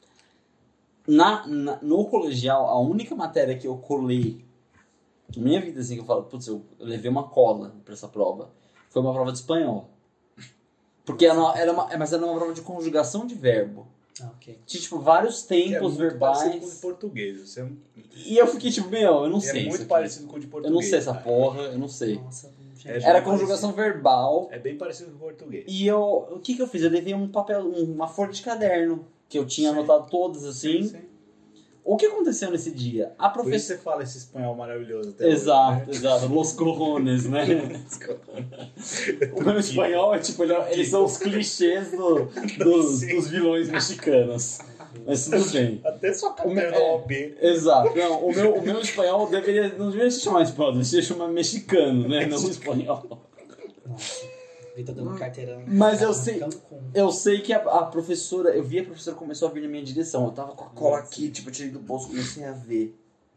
No colegial, a única matéria que eu colei na minha vida, assim, que eu falo, putz, eu levei uma cola pra essa prova, foi uma prova de espanhol. Porque mas era uma prova de conjugação de verbo. Ok. Tinha, tipo, vários tempos verbais. Parecido com o de português. E eu fiquei, tipo, eu não sei. É muito parecido com o de português. Eu não sei essa porra, eu não sei. Nossa, gente. Era conjugação verbal. É bem parecido com o português. E o que eu fiz? Eu levei um papel, uma folha de caderno, que eu tinha anotado todas, assim. Sim. O que aconteceu nesse dia? A Por isso professora... você fala esse espanhol maravilhoso até Exato, hoje, exato. Los cojones, né? O meu espanhol é tipo, eles são os clichês dos vilões mexicanos. Mas tudo bem. Até sua carteira da OAB. Exato. Não, o meu espanhol não deveria se chamar espanhol, deveria se chamar mexicano, né? Não espanhol. Nossa. Vitor dando carteirão. Mas eu sei que a professora, eu vi a professora começou a vir na minha direção. Eu tava com a cola aqui, tipo, eu tirei do bolso, comecei a ver.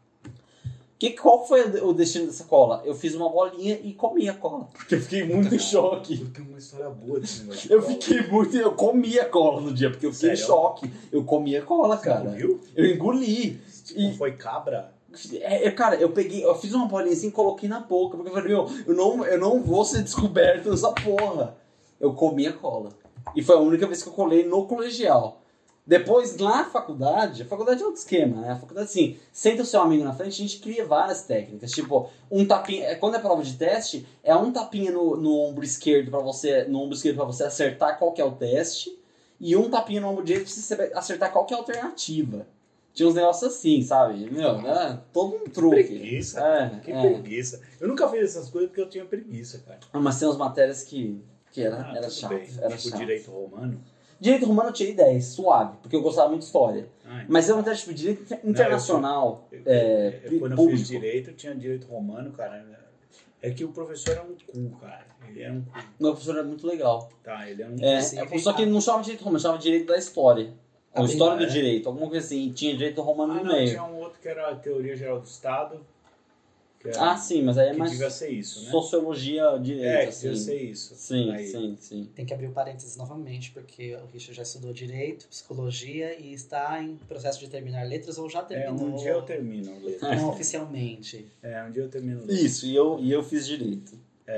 Qual foi o destino dessa cola? Eu fiz uma bolinha e comi a cola. Porque eu fiquei muito em choque. Eu tenho uma história boa desse negócio. Eu comi a cola no dia, porque eu fiquei em choque. Eu comi a cola, cara. Você engoliu? Eu engoli. Tipo, foi cabra? Cara, eu fiz uma bolinha assim e coloquei na boca, porque eu falei, eu não vou ser descoberto nessa porra. Eu comi a cola. E foi a única vez que eu colei no colegial. Depois, na faculdade, a faculdade é outro esquema, né? A faculdade, assim, senta o seu amigo na frente, a gente cria várias técnicas. Tipo, um tapinha, quando é prova de teste, é um tapinha no ombro esquerdo pra você acertar qual que é o teste, e um tapinha no ombro direito pra você acertar qual que é a alternativa. Tinha uns negócios assim, sabe? Todo um truque. Preguiça. Preguiça. Eu nunca fiz essas coisas porque eu tinha preguiça, cara. Mas tem umas matérias que era chato. Bem. Era tipo, chato. direito romano. Direito romano eu tirei 10, suave, porque eu gostava muito de história. Mas eu não tenho, tipo, direito internacional, quando eu fiz direito, eu tinha direito romano, cara. É que o professor era um cu, cara. Ele era um cu. Meu professor era muito legal. Tá, ele era um só que ele não chamava direito romano, chamava direito da história. Ou história do direito, alguma coisa assim. E tinha direito romano no meio. Tinha um outro que era a teoria geral do Estado. Sim, mas aí é mais devia ser isso, né? Sociologia, direito, assim. Devia ser isso. Sim. Tem que abrir o parênteses novamente, porque o Richard já estudou Direito, Psicologia e está em processo de terminar letras ou já terminou. Um dia eu termino letras. Não oficialmente. Um dia eu termino letras. Isso, e eu fiz direito.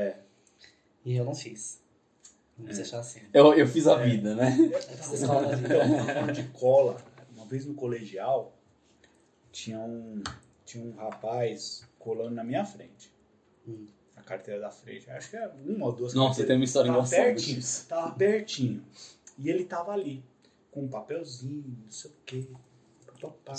E eu não fiz. Vamos deixar assim. Eu fiz a vida, né? Escola da vida. Então, falando de cola, uma vez no colegial, tinha um rapaz colando na minha frente. A carteira da frente. Acho que era uma ou duas. Nossa, tem uma história engraçada. Tava pertinho. E ele tava ali, com um papelzinho, não sei o quê. Papá.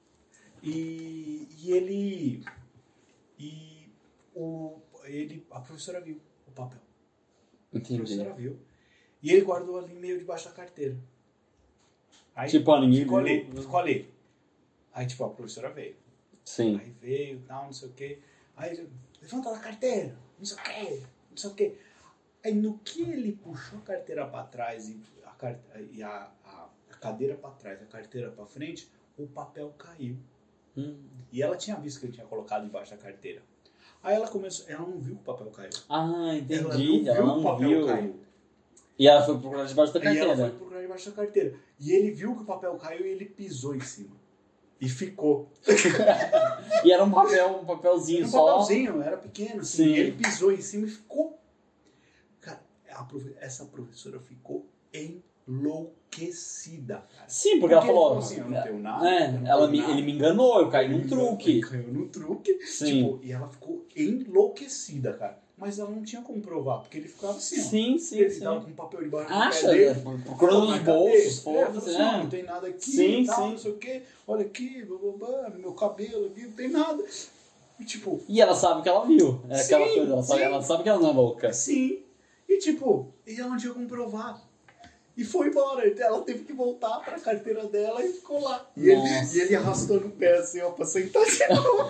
A professora viu o papel. Entendi. A professora viu. E ele guardou ali meio debaixo da carteira. Aí, ninguém ficou ali. Aí, a professora veio. Sim. Aí veio, tal, não sei o quê. Aí ele levanta a carteira, não sei o quê. Aí no que ele puxou a carteira para trás e a cadeira para trás, a carteira para frente, o papel caiu. E ela tinha visto que ele tinha colocado embaixo da carteira. Aí ela não viu que o papel caiu. Entendi. Ela não viu que o papel caiu. E ela foi procurar debaixo da carteira. E ele viu que o papel caiu e ele pisou em cima. E ficou. E era um papelzinho só. Papelzinho, era pequeno. Assim, e ele pisou em cima e ficou. Cara, essa professora ficou enlouquecida, cara. Sim, porque ela falou assim, eu não tenho nada. Ele me enganou, eu caí num truque. Ele caiu num truque. Sim. E ela ficou enlouquecida, cara. Mas ela não tinha como provar, porque ele ficava assim, ó. Sim. Ele tava com papel debaixo do pé dele. Procurando nos bolsos, foda-se. Não tem nada aqui, não sei o quê. Olha aqui, meu cabelo aqui, não tem nada. E ela sabe que ela viu. Aquela coisa, ela sabe que ela não é louca. Sim. E ela não tinha como provar. E foi embora. Ela teve que voltar pra carteira dela e ficou lá. E ele arrastou no pé assim, ó, pra sentar assim.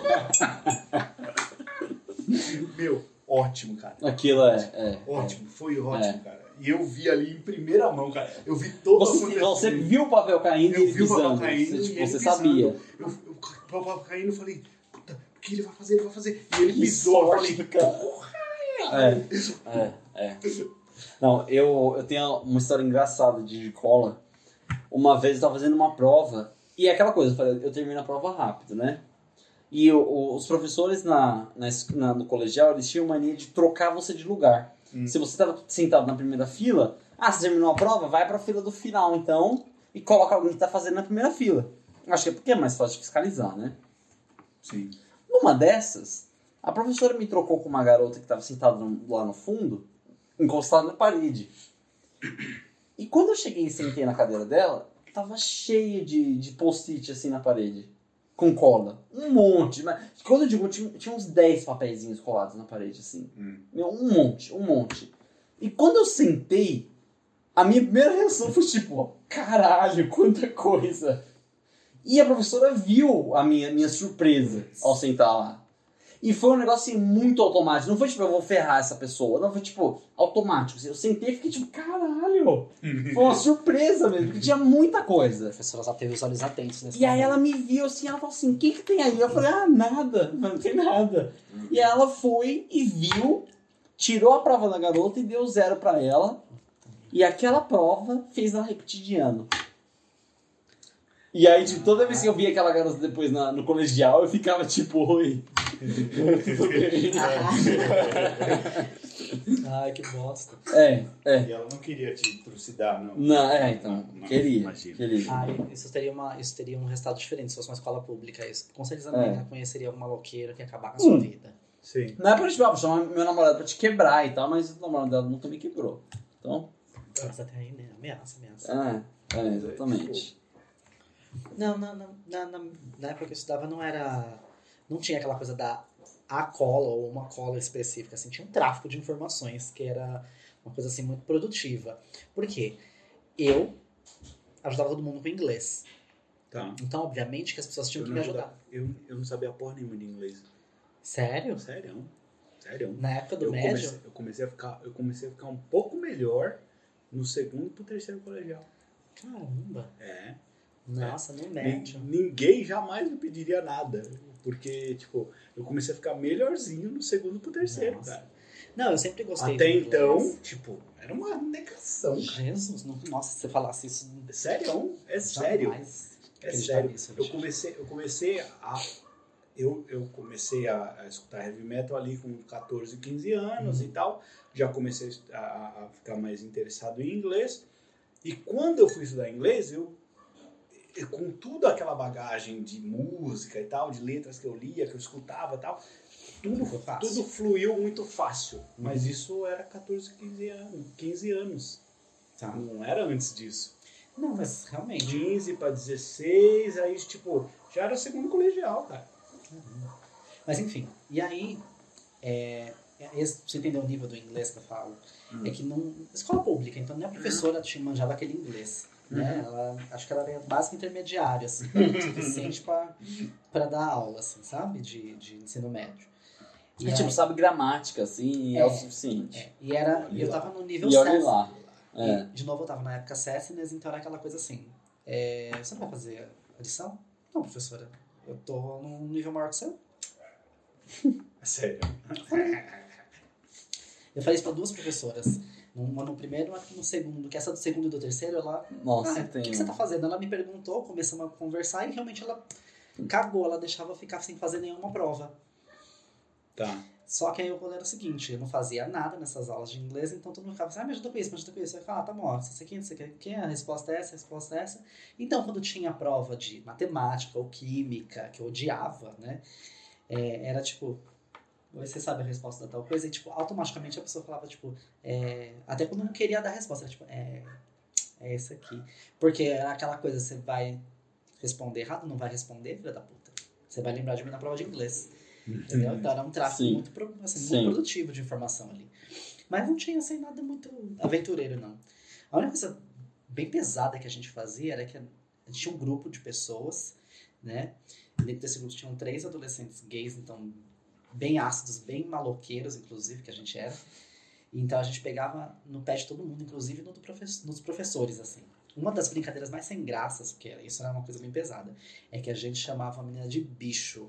Meu, ótimo, cara. Aquilo ótimo, foi ótimo, cara. E eu vi ali em primeira mão, cara. Eu vi todo Você viu o papel caindo e vi o papel caindo e ele você pisando. sabia. O papel caindo, eu falei, puta, o que ele vai fazer? E ele pisou, eu falei, porra! Não, eu tenho uma história engraçada de cola. Uma vez eu tava fazendo uma prova, e é aquela coisa, eu termino a prova rápido, né? E os professores no colegial, eles tinham mania de trocar você de lugar. Se você estava sentado na primeira fila, você terminou a prova, vai para a fila do final, então, e coloca alguém que está fazendo na primeira fila. Acho que é porque é mais fácil de fiscalizar, né? Sim. Numa dessas, a professora me trocou com uma garota que estava sentada lá no fundo, encostada na parede. E quando eu cheguei e sentei na cadeira dela, tava cheio de post-it assim na parede. Com cola. Um monte. Mas quando eu digo, tinha uns 10 papeizinhos colados na parede, assim. Um monte. E quando eu sentei, a minha primeira reação foi tipo, caralho, quanta coisa. E a professora viu a minha surpresa ao sentar lá. E foi um negócio assim, muito automático. Não foi tipo, eu vou ferrar essa pessoa. Não, foi tipo, automático. Eu sentei e fiquei tipo, caralho. Foi uma surpresa mesmo, porque tinha muita coisa. A professora só teve os olhos atentos nesse E aí momento. ela me viu assim, ela falou assim, o que tem aí? Eu falei, nada, não tem nada. E ela foi e viu, tirou a prova da garota e deu 0 pra ela. E aquela prova fez ela repetir de ano. E aí, toda vez que eu via aquela garota depois no colegial, eu ficava tipo, oi. Tudo bem? Ai, que bosta. E ela não queria te trucidar, não. Não, então, queria. Imagina. Isso teria um resultado diferente se fosse uma escola pública. Isso, com certeza, conheceria algum maloqueiro que ia acabar com a sua vida. Sim. Na época, tipo, vou chamar meu namorado pra te quebrar e tal, mas o namorado dela nunca me quebrou. Então... Mas até aí, né? Ameaça. Exatamente. Não, na época que eu estudava não tinha aquela coisa da a cola ou uma cola específica, assim, tinha um tráfico de informações que era uma coisa assim muito produtiva. Por quê? Eu ajudava todo mundo com inglês. Tá. Então, obviamente, que as pessoas tinham que me ajudar. Eu não sabia porra nenhuma de inglês. Sério? Sério. Na época do médio? Eu comecei a ficar um pouco melhor no segundo pro terceiro colegial. Caramba. É. Nossa, no médio. Ninguém jamais me pediria nada. Porque, tipo, eu comecei a ficar melhorzinho no segundo pro terceiro, Nossa. cara. Não, eu sempre gostei Até de inglês. então, tipo, era uma negação. Jesus, nossa, se você falasse isso... Sério? É sério. Jamais É acreditar sério. nisso, Eu comecei a escutar heavy metal ali com 14, 15 anos e tal. Já comecei a ficar mais interessado em inglês. E quando eu fui estudar inglês, eu com tudo aquela bagagem de música e tal, de letras que eu lia, que eu escutava e tal, tudo fluiu muito fácil. Mas isso era 14, 15 anos. Tá. Não era antes disso. Não, mas realmente... 15 para 16, aí tipo, já era o segundo colegial, cara. Mas enfim, e aí, você entendeu o nível do inglês que eu falo? É que escola pública, então nem a professora manjava aquele inglês. Né? Acho que ela era básica intermediária, assim, suficiente pra dar aula, assim, sabe? De ensino médio. E tipo, sabe gramática, assim, é o suficiente. E eu tava no nível E olha SESC. lá. E, de novo, eu tava na época SESCNES, então era aquela coisa assim. Você não vai fazer a lição? Não, professora. Eu tô num nível maior que o seu. Sério. Eu falei isso pra 2 professoras. Uma no primeiro e uma no segundo. Que essa do segundo e do terceiro, ela... Nossa, o que você tá fazendo? Ela me perguntou, começamos a conversar e realmente ela cagou. Ela deixava eu ficar sem fazer nenhuma prova. Tá. Só que aí o rolê era o seguinte, eu não fazia nada nessas aulas de inglês, então todo mundo ficava assim, me ajuda com isso, me ajuda com isso. Eu ficava, tá bom, ó, isso aqui, isso aqui, a resposta é essa, a resposta é essa. Então, quando tinha prova de matemática ou química, que eu odiava, né, era tipo, você sabe a resposta da tal coisa, e tipo, automaticamente a pessoa falava, tipo, até quando eu não queria dar a resposta, era tipo, é isso aqui. Porque era aquela coisa, você vai responder errado, não vai responder, filha da puta. Você vai lembrar de mim na prova de inglês. Entendeu? Então era um tráfego muito produtivo de informação ali. Mas não tinha assim, nada muito aventureiro, não. A única coisa bem pesada que a gente fazia era que a gente tinha um grupo de pessoas, né? E dentro desse grupo tinham 3 adolescentes gays, então bem ácidos, bem maloqueiros, inclusive, que a gente era. E, então a gente pegava no pé de todo mundo, inclusive nos professores, assim. Uma das brincadeiras mais sem graças, porque isso era uma coisa bem pesada, é que a gente chamava a menina de bicho.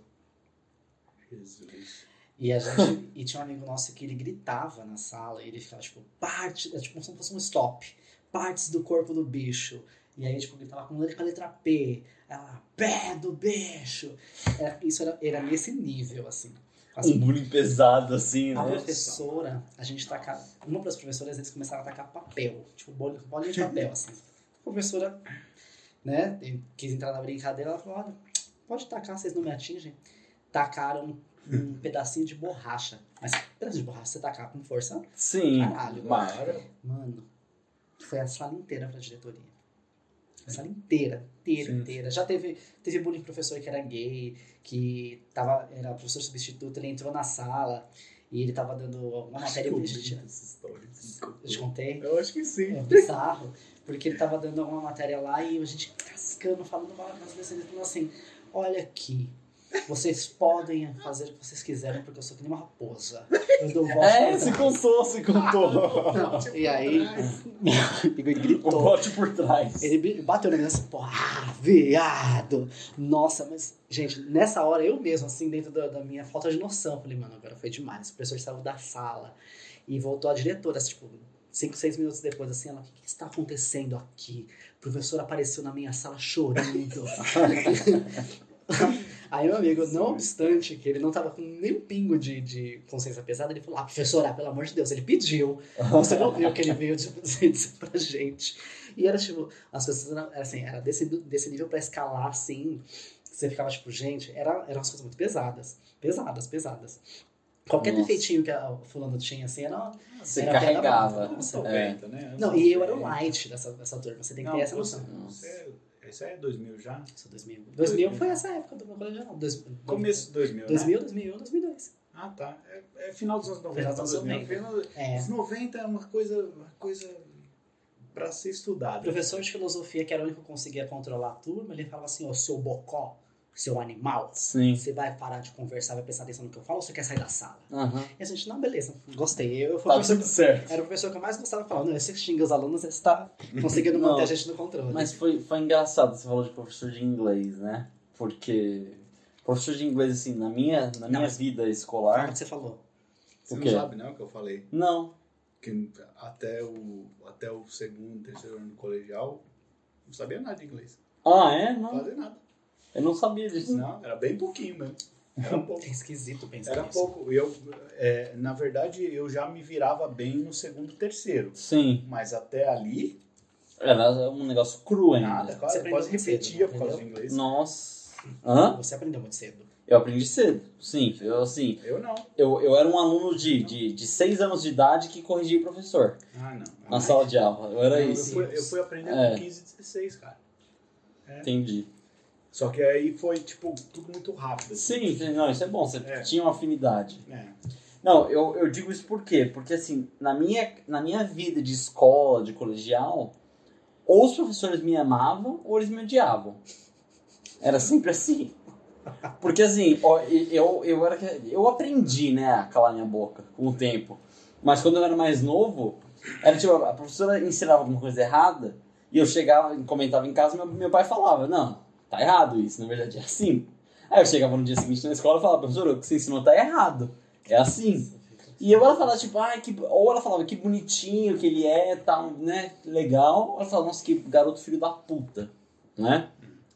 Jesus. E tinha um amigo nosso que ele gritava na sala e ele ficava tipo, tipo como se fosse um stop, partes do corpo do bicho. E aí tipo, gritava com a letra P, ela, pé do bicho. Isso era nesse nível, assim. Um bullying pesado, assim, né? A professora, uma das professoras, eles começaram a tacar papel, tipo bolinha de papel, assim. A professora, né, quis entrar na brincadeira, ela falou, olha, pode tacar, vocês não me atingem. Tacaram um pedacinho de borracha. Mas pedaço de borracha você tacar com força? Sim. Caralho. Claro. Mano, foi a sala inteira pra diretoria. A sala inteira. Já teve bullying professor que era gay, que era professor substituto, ele entrou na sala e ele tava dando uma matéria... Eu te contei? Eu acho que sim. É bizarro, porque ele tava dando uma matéria lá e a gente cascando, falando mal das vezes, ele falou assim, olha aqui, vocês podem fazer o que vocês quiserem, porque eu sou que nem uma raposa. Eu dou voz se contou. Não, e aí, ele O gritou. bote por trás. Ele bateu na minha assim, pô, viado. Nossa, mas, gente, nessa hora eu mesmo, assim, dentro da minha falta de noção, falei, mano, agora foi demais. O professor saiu da sala e voltou a diretora, assim, tipo, 5, 6 minutos depois, assim, ela, o que está acontecendo aqui? O professor apareceu na minha sala chorando. Aí, meu amigo, não obstante que ele não tava com nem um pingo de consciência pesada, ele falou, professora, pelo amor de Deus, ele pediu. Você não viu que ele veio dizer isso pra gente. E era, tipo, as coisas eram, assim, era desse nível pra escalar, assim, você ficava, tipo, gente, eram umas coisas muito pesadas. Pesadas. Qualquer defeitinho que o fulano tinha, assim, Você era carregava. 90, né? Não, e eu era o light dessa turma, você tem que ter essa noção. Isso é 2000 já? Isso é 2000. 2000 foi essa época do meu colegial. Começo de 2000, 2000, 2001, 2002. Ah, tá. É final dos anos 90. Final dos anos 90. Os 90 é uma coisa pra ser estudada. O professor de filosofia, que era o único que conseguia controlar a turma, ele falava assim, seu bocó, seu animal, Sim. você vai parar de conversar, vai prestar atenção no que eu falo, ou você quer sair da sala? Uhum. E a gente, não, beleza, gostei. Tá tudo certo. Era o professor que eu mais gostava de falar, não, você xinga os alunos, você está conseguindo manter a gente no controle. Mas foi engraçado, você falou de professor de inglês, né? Porque professor de inglês, assim, na minha vida escolar... Como que você falou? Você não sabe, não, o que eu falei? Não. Que até o segundo, terceiro ano do colegial, não sabia nada de inglês. Ah, é? Não. Não fazia nada. Eu não sabia disso. Não, era bem pouquinho mesmo. Era pouco. É esquisito pensar Era nisso. pouco. Na verdade, eu já me virava bem no segundo, terceiro. Sim. Mas até ali, Era um negócio cru ainda. nada. Você Quase aprendeu muito repetia cedo, por causa do entendeu? inglês. Nossa. Hã? Você aprendeu muito cedo. Eu aprendi cedo. Sim. Eu não. Eu era um aluno de 6 anos de idade que corrigia o professor Ah, não. na sala de aula. Eu era Não, isso. Eu fui aprender com 15, 16, cara. Entendi. Só que aí foi, tipo, tudo muito rápido. assim. Sim, não, isso é bom. Você tinha uma afinidade. É. Não, eu digo isso por quê? Porque, assim, na minha vida de escola, de colegial, ou os professores me amavam ou eles me odiavam. Era sempre assim. Porque, assim, ó, eu aprendi, né, a calar minha boca com o tempo. Mas quando eu era mais novo, era tipo, a professora ensinava alguma coisa errada e eu chegava e comentava em casa e meu pai falava, não, tá errado isso, na verdade é assim. Aí eu chegava no dia seguinte na escola e falava, professora, o que você ensinou tá errado. É assim. E ela falava, tipo, ou ela falava que bonitinho que ele é, tal, né, legal. Ou ela falava, nossa, que garoto filho da puta, né?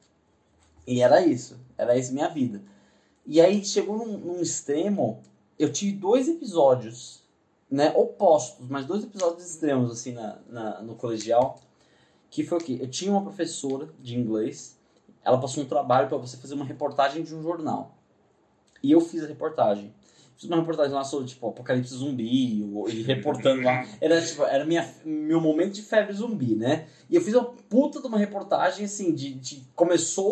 E era isso minha vida. E aí chegou num extremo, eu tive 2 episódios, né, opostos, mas 2 episódios extremos, assim, no colegial, que foi o quê? Eu tinha uma professora de inglês, ela passou um trabalho para você fazer uma reportagem de um jornal. E eu fiz a reportagem. Fiz uma reportagem lá sobre, tipo, apocalipse zumbi, e reportando lá. Era meu momento de febre zumbi, né? E eu fiz uma puta de uma reportagem, assim, começou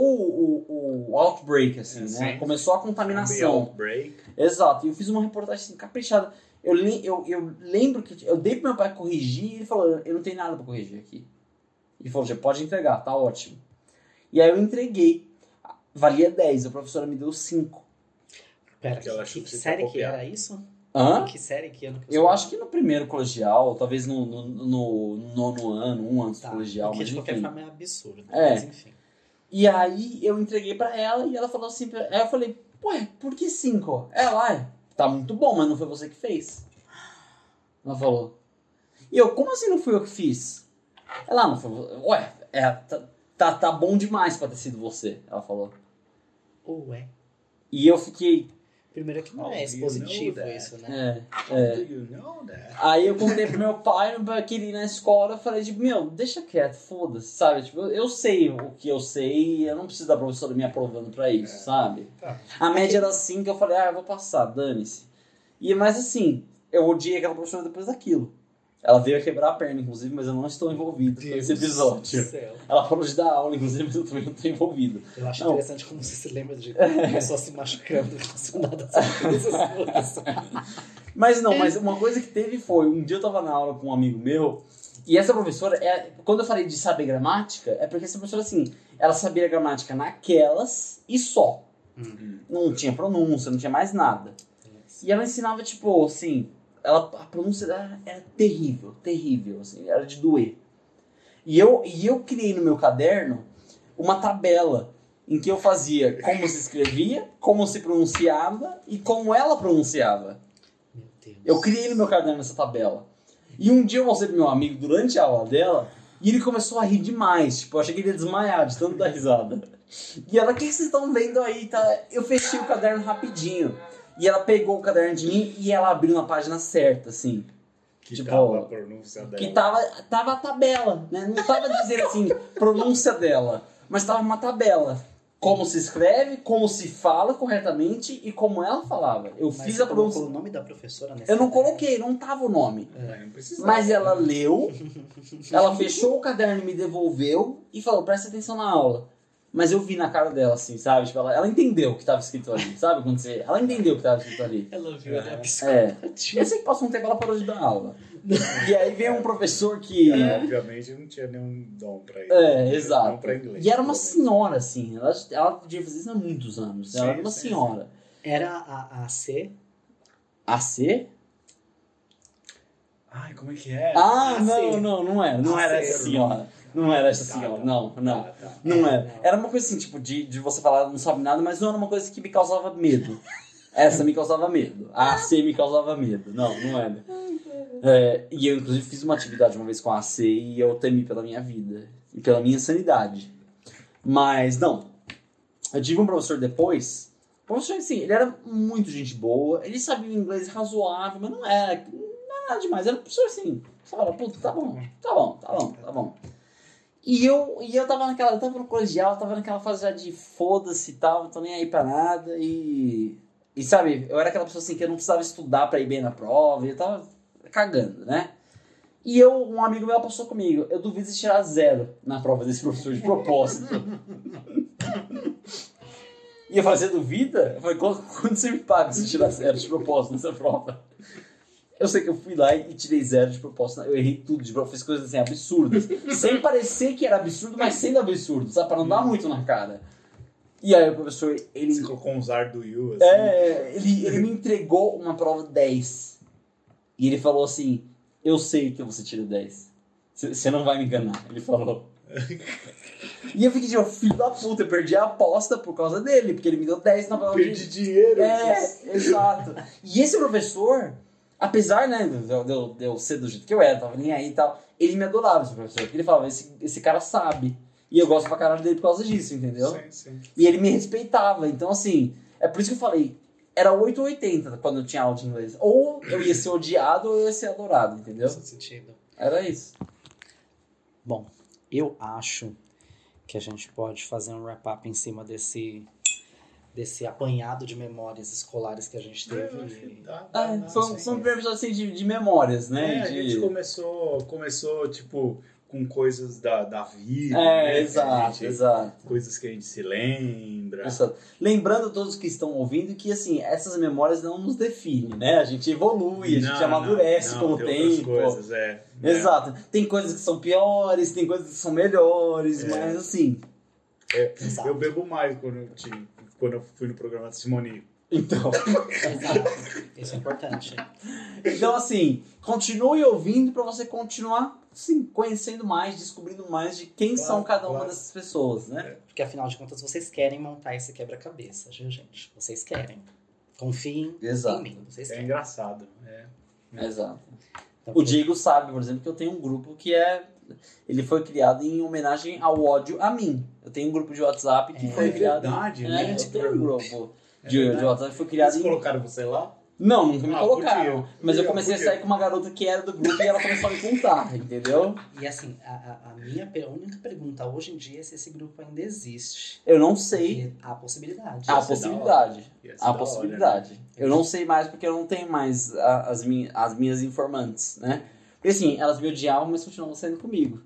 o outbreak, assim, né? Sim. Começou a contaminação. Outbreak. Exato. E eu fiz uma reportagem, assim, caprichada. Eu lembro que eu dei pro meu pai corrigir e ele falou, eu não tenho nada pra corrigir aqui. Ele falou, já pode entregar, tá ótimo. E aí eu entreguei. Valia 10, a professora me deu 5. Pera, Que ela achou que que você série ia que copiar. era isso? Hã? Que série que ano? Eu acho que no primeiro colegial, talvez no nono ano, um antes do Tá, colegial, porque mas de qualquer enfim. forma é absurdo. É. Mas enfim. E aí eu entreguei pra ela e ela falou assim, aí eu falei, ué, por que 5? Ela, tá muito bom, mas não foi você que fez. Ela falou. E eu, como assim não fui eu que fiz? Ela, não foi você. Ué, tá bom demais pra ter sido você, ela falou. Ué. E eu fiquei, Primeiro que não How é do you expositivo know that? isso, né? How do you know that? Aí eu contei pro meu pai, que ele ir na escola, eu falei, tipo, meu, deixa quieto, foda-se, sabe? Tipo, eu sei o que eu sei, eu não preciso da professora me aprovando pra isso, sabe? Tá. A média era 5, eu falei, eu vou passar, dane-se. Mas assim, eu odiei aquela professora depois daquilo. Ela veio a quebrar a perna, inclusive, mas eu não estou envolvido nesse episódio. do céu. Ela parou de dar aula, inclusive, mas eu também não estou envolvido. Eu acho Não. interessante como você se lembra de pessoas se machucando relacionadas a essas coisas. Mas não, mas uma coisa que teve foi, um dia eu tava na aula com um amigo meu, e essa professora, quando eu falei de saber gramática, é porque essa professora, assim, ela sabia a gramática naquelas e só. Não tinha pronúncia, não tinha mais nada. E ela ensinava, tipo, assim, a pronúncia dela era terrível, terrível, assim, era de doer. E eu criei no meu caderno uma tabela em que eu fazia como se escrevia, como se pronunciava e como ela pronunciava. Meu Deus. Eu criei no meu caderno essa tabela. E um dia eu mostrei pro meu amigo durante a aula dela e ele começou a rir demais. Tipo, eu achei que ele ia desmaiar de tanto dar risada. E ela, o que vocês estão vendo aí? Tá? Eu fechei o caderno rapidinho. E ela pegou o caderno de mim e ela abriu na página certa, assim. Que tipo, tava a pronúncia dela. Que tava a tabela, né? Não tava dizendo assim, pronúncia dela. Mas tava uma tabela. Como se escreve, como se fala corretamente e como ela falava. Eu fiz a pronúncia. O nome da professora nesse Eu não caderno? coloquei, não tava o nome. Não precisava. Mas ela leu, ela fechou o caderno e me devolveu e falou, presta atenção na aula. Mas eu vi na cara dela, assim, sabe? Tipo, ela entendeu o que estava escrito ali, sabe? Quando você... Ela entendeu o que estava escrito ali. Ela viu, ela Eu sei que passou um tempo, ela parou de dar aula. E aí veio um professor que... obviamente não tinha nenhum dom pra isso. Exato. Não pra inglês. E era uma senhora, assim. Ela podia fazer isso há muitos anos. Ela era uma senhora. Era a C? A C? Ai, como é que é? Não era. Não era essa senhora. Não era essa senhora. Não. Não era. Era uma coisa assim, tipo, de você falar não sabe nada, mas não era uma coisa que me causava medo. Essa me causava medo. A C me causava medo. Não era. E eu, inclusive, fiz uma atividade uma vez com a C e eu temi pela minha vida. E pela minha sanidade. Mas, não. Eu tive um professor depois. O professor, assim, ele era muito gente boa. Ele sabia o inglês razoável, mas não era nada demais. Era um professor assim. Você fala, puta, tá bom. E eu tava no colegial, tava naquela fase já de foda-se e tal, não tô nem aí pra nada. E sabe, eu era aquela pessoa assim que eu não precisava estudar pra ir bem na prova, e eu tava cagando, né? E um amigo meu passou comigo. Eu duvido de tirar 0 na prova desse professor de propósito. E eu falei, você duvida? Eu falei, quanto você me paga se tirar 0 de propósito nessa prova? Eu sei que eu fui lá e tirei 0 de propósito. Eu errei tudo de prova, fiz coisas assim absurdas. Sem parecer que era absurdo, mas sendo absurdo, sabe? Pra não dar muito na cara. E aí o professor, ele... Você ficou com os ar do Yu, assim. Ele me entregou uma prova 10. E ele falou assim, eu sei que você tira 10. Você não vai me enganar. Ele falou. E eu fiquei tipo, filho da puta, eu perdi a aposta por causa dele, porque ele me deu 10 na prova. Perdi dinheiro. Exato. E esse professor, apesar, né, de eu ser do jeito que eu era, tava nem aí e tal, ele me adorava, esse professor, porque ele falava, esse cara sabe. E eu gosto pra caralho dele por causa disso, entendeu? Sim. E ele me respeitava, então assim, é por isso que eu falei, era 8 ou 80 quando eu tinha aula de inglês. Ou eu ia ser odiado ou eu ia ser adorado, entendeu? Faz sentido. Era isso. Bom, eu acho que a gente pode fazer um wrap-up em cima desse apanhado de memórias escolares que a gente teve. São primeiros assim de memórias, né? A gente começou tipo, com coisas da vida. Exato. Coisas que a gente se lembra. Exato. Lembrando a todos que estão ouvindo que, assim, essas memórias não nos definem, né? A gente evolui, a gente amadurece com o tempo. Coisas, Exato. Tem coisas que são piores, tem coisas que são melhores, mas assim... Eu bebo mais quando eu fui no programa da Simone. Então. Isso é importante. Então, assim, continue ouvindo para você continuar, sim, conhecendo mais, descobrindo mais de quem são cada uma dessas pessoas, né? Porque, afinal de contas, vocês querem montar esse quebra-cabeça, viu, gente? Vocês querem. Confiem em mim. Vocês querem. Engraçado. Exato. Então, O Diego sabe, por exemplo, que eu tenho um grupo que ele foi criado em homenagem ao ódio a mim. Eu tenho um grupo de WhatsApp que foi criado... Verdade, né? Eu tenho um grupo de WhatsApp que foi criado Eles colocaram você lá? Não, nunca me colocaram. Podia. Mas eu comecei a sair com uma garota que era do grupo e ela começou a me contar, entendeu? E assim, a minha única pergunta hoje em dia é se esse grupo ainda existe. Eu não sei. Porque há possibilidade. Há possibilidade. Há da possibilidade. hora, né? Eu não sei mais porque eu não tenho mais as minhas informantes, né? Porque assim, elas me odiavam, mas continuavam saindo comigo.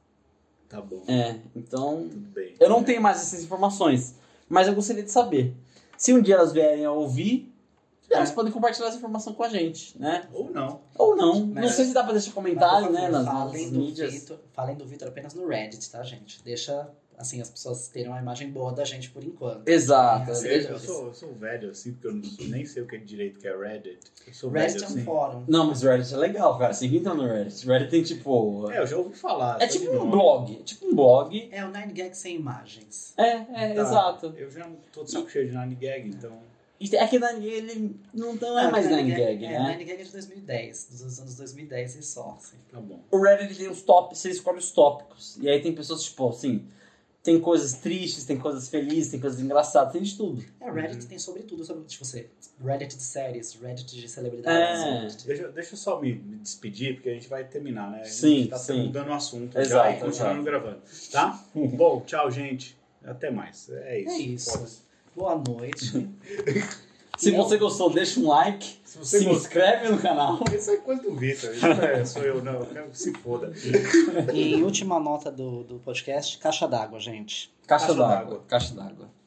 Tá bom. Então, Tudo bem. eu não tenho mais essas informações. Mas eu gostaria de saber. Se um dia elas vierem a ouvir, elas podem compartilhar essa informação com a gente, né? Ou não. Ou não. Mas- não sei se dá pra deixar Mas, comentário, por favor, né? Nas falem do mídias. Vitor apenas no Reddit, tá, gente? Deixa assim, as pessoas terem uma imagem boa da gente por enquanto. Exato. Eu sou velho, assim, porque eu nem sei o que é direito que é Reddit. Eu sou Reddit velho, é um assim. fórum. Não, mas o Reddit é legal, cara. Você entra no Reddit. O Reddit tem tipo... Eu já ouvi falar. É só tipo de um nome. blog. É tipo um blog. É o 9gag sem imagens. Tá. Exato. Eu já tô de saco cheio de 9gag, então... É que ele não é mais 9gag, né? 9gag é de 2010, dos anos 2010 e só. Assim. Tá bom. O Reddit tem os tópicos, você escolhe os tópicos. E aí tem pessoas, tipo, assim... Tem coisas tristes, tem coisas felizes, tem coisas engraçadas, tem de tudo. O Reddit tem sobre tudo, sobre tipo, Reddit de séries, Reddit de celebridades. Deixa eu só me despedir, porque a gente vai terminar, né? A Sim, gente tá sim. mudando o assunto Exato, já e continuando exato. gravando, tá? Bom, tchau, gente. Até mais. É isso. É isso. Pode. Boa noite. Se você gostou, deixa um like, você se gostou- inscreve no canal. Isso é coisa do Vitor. Isso não é, sou eu, não. Eu quero que se foda. E última nota do podcast, caixa d'água, gente. Caixa Caixa d'água. d'água. Caixa d'água.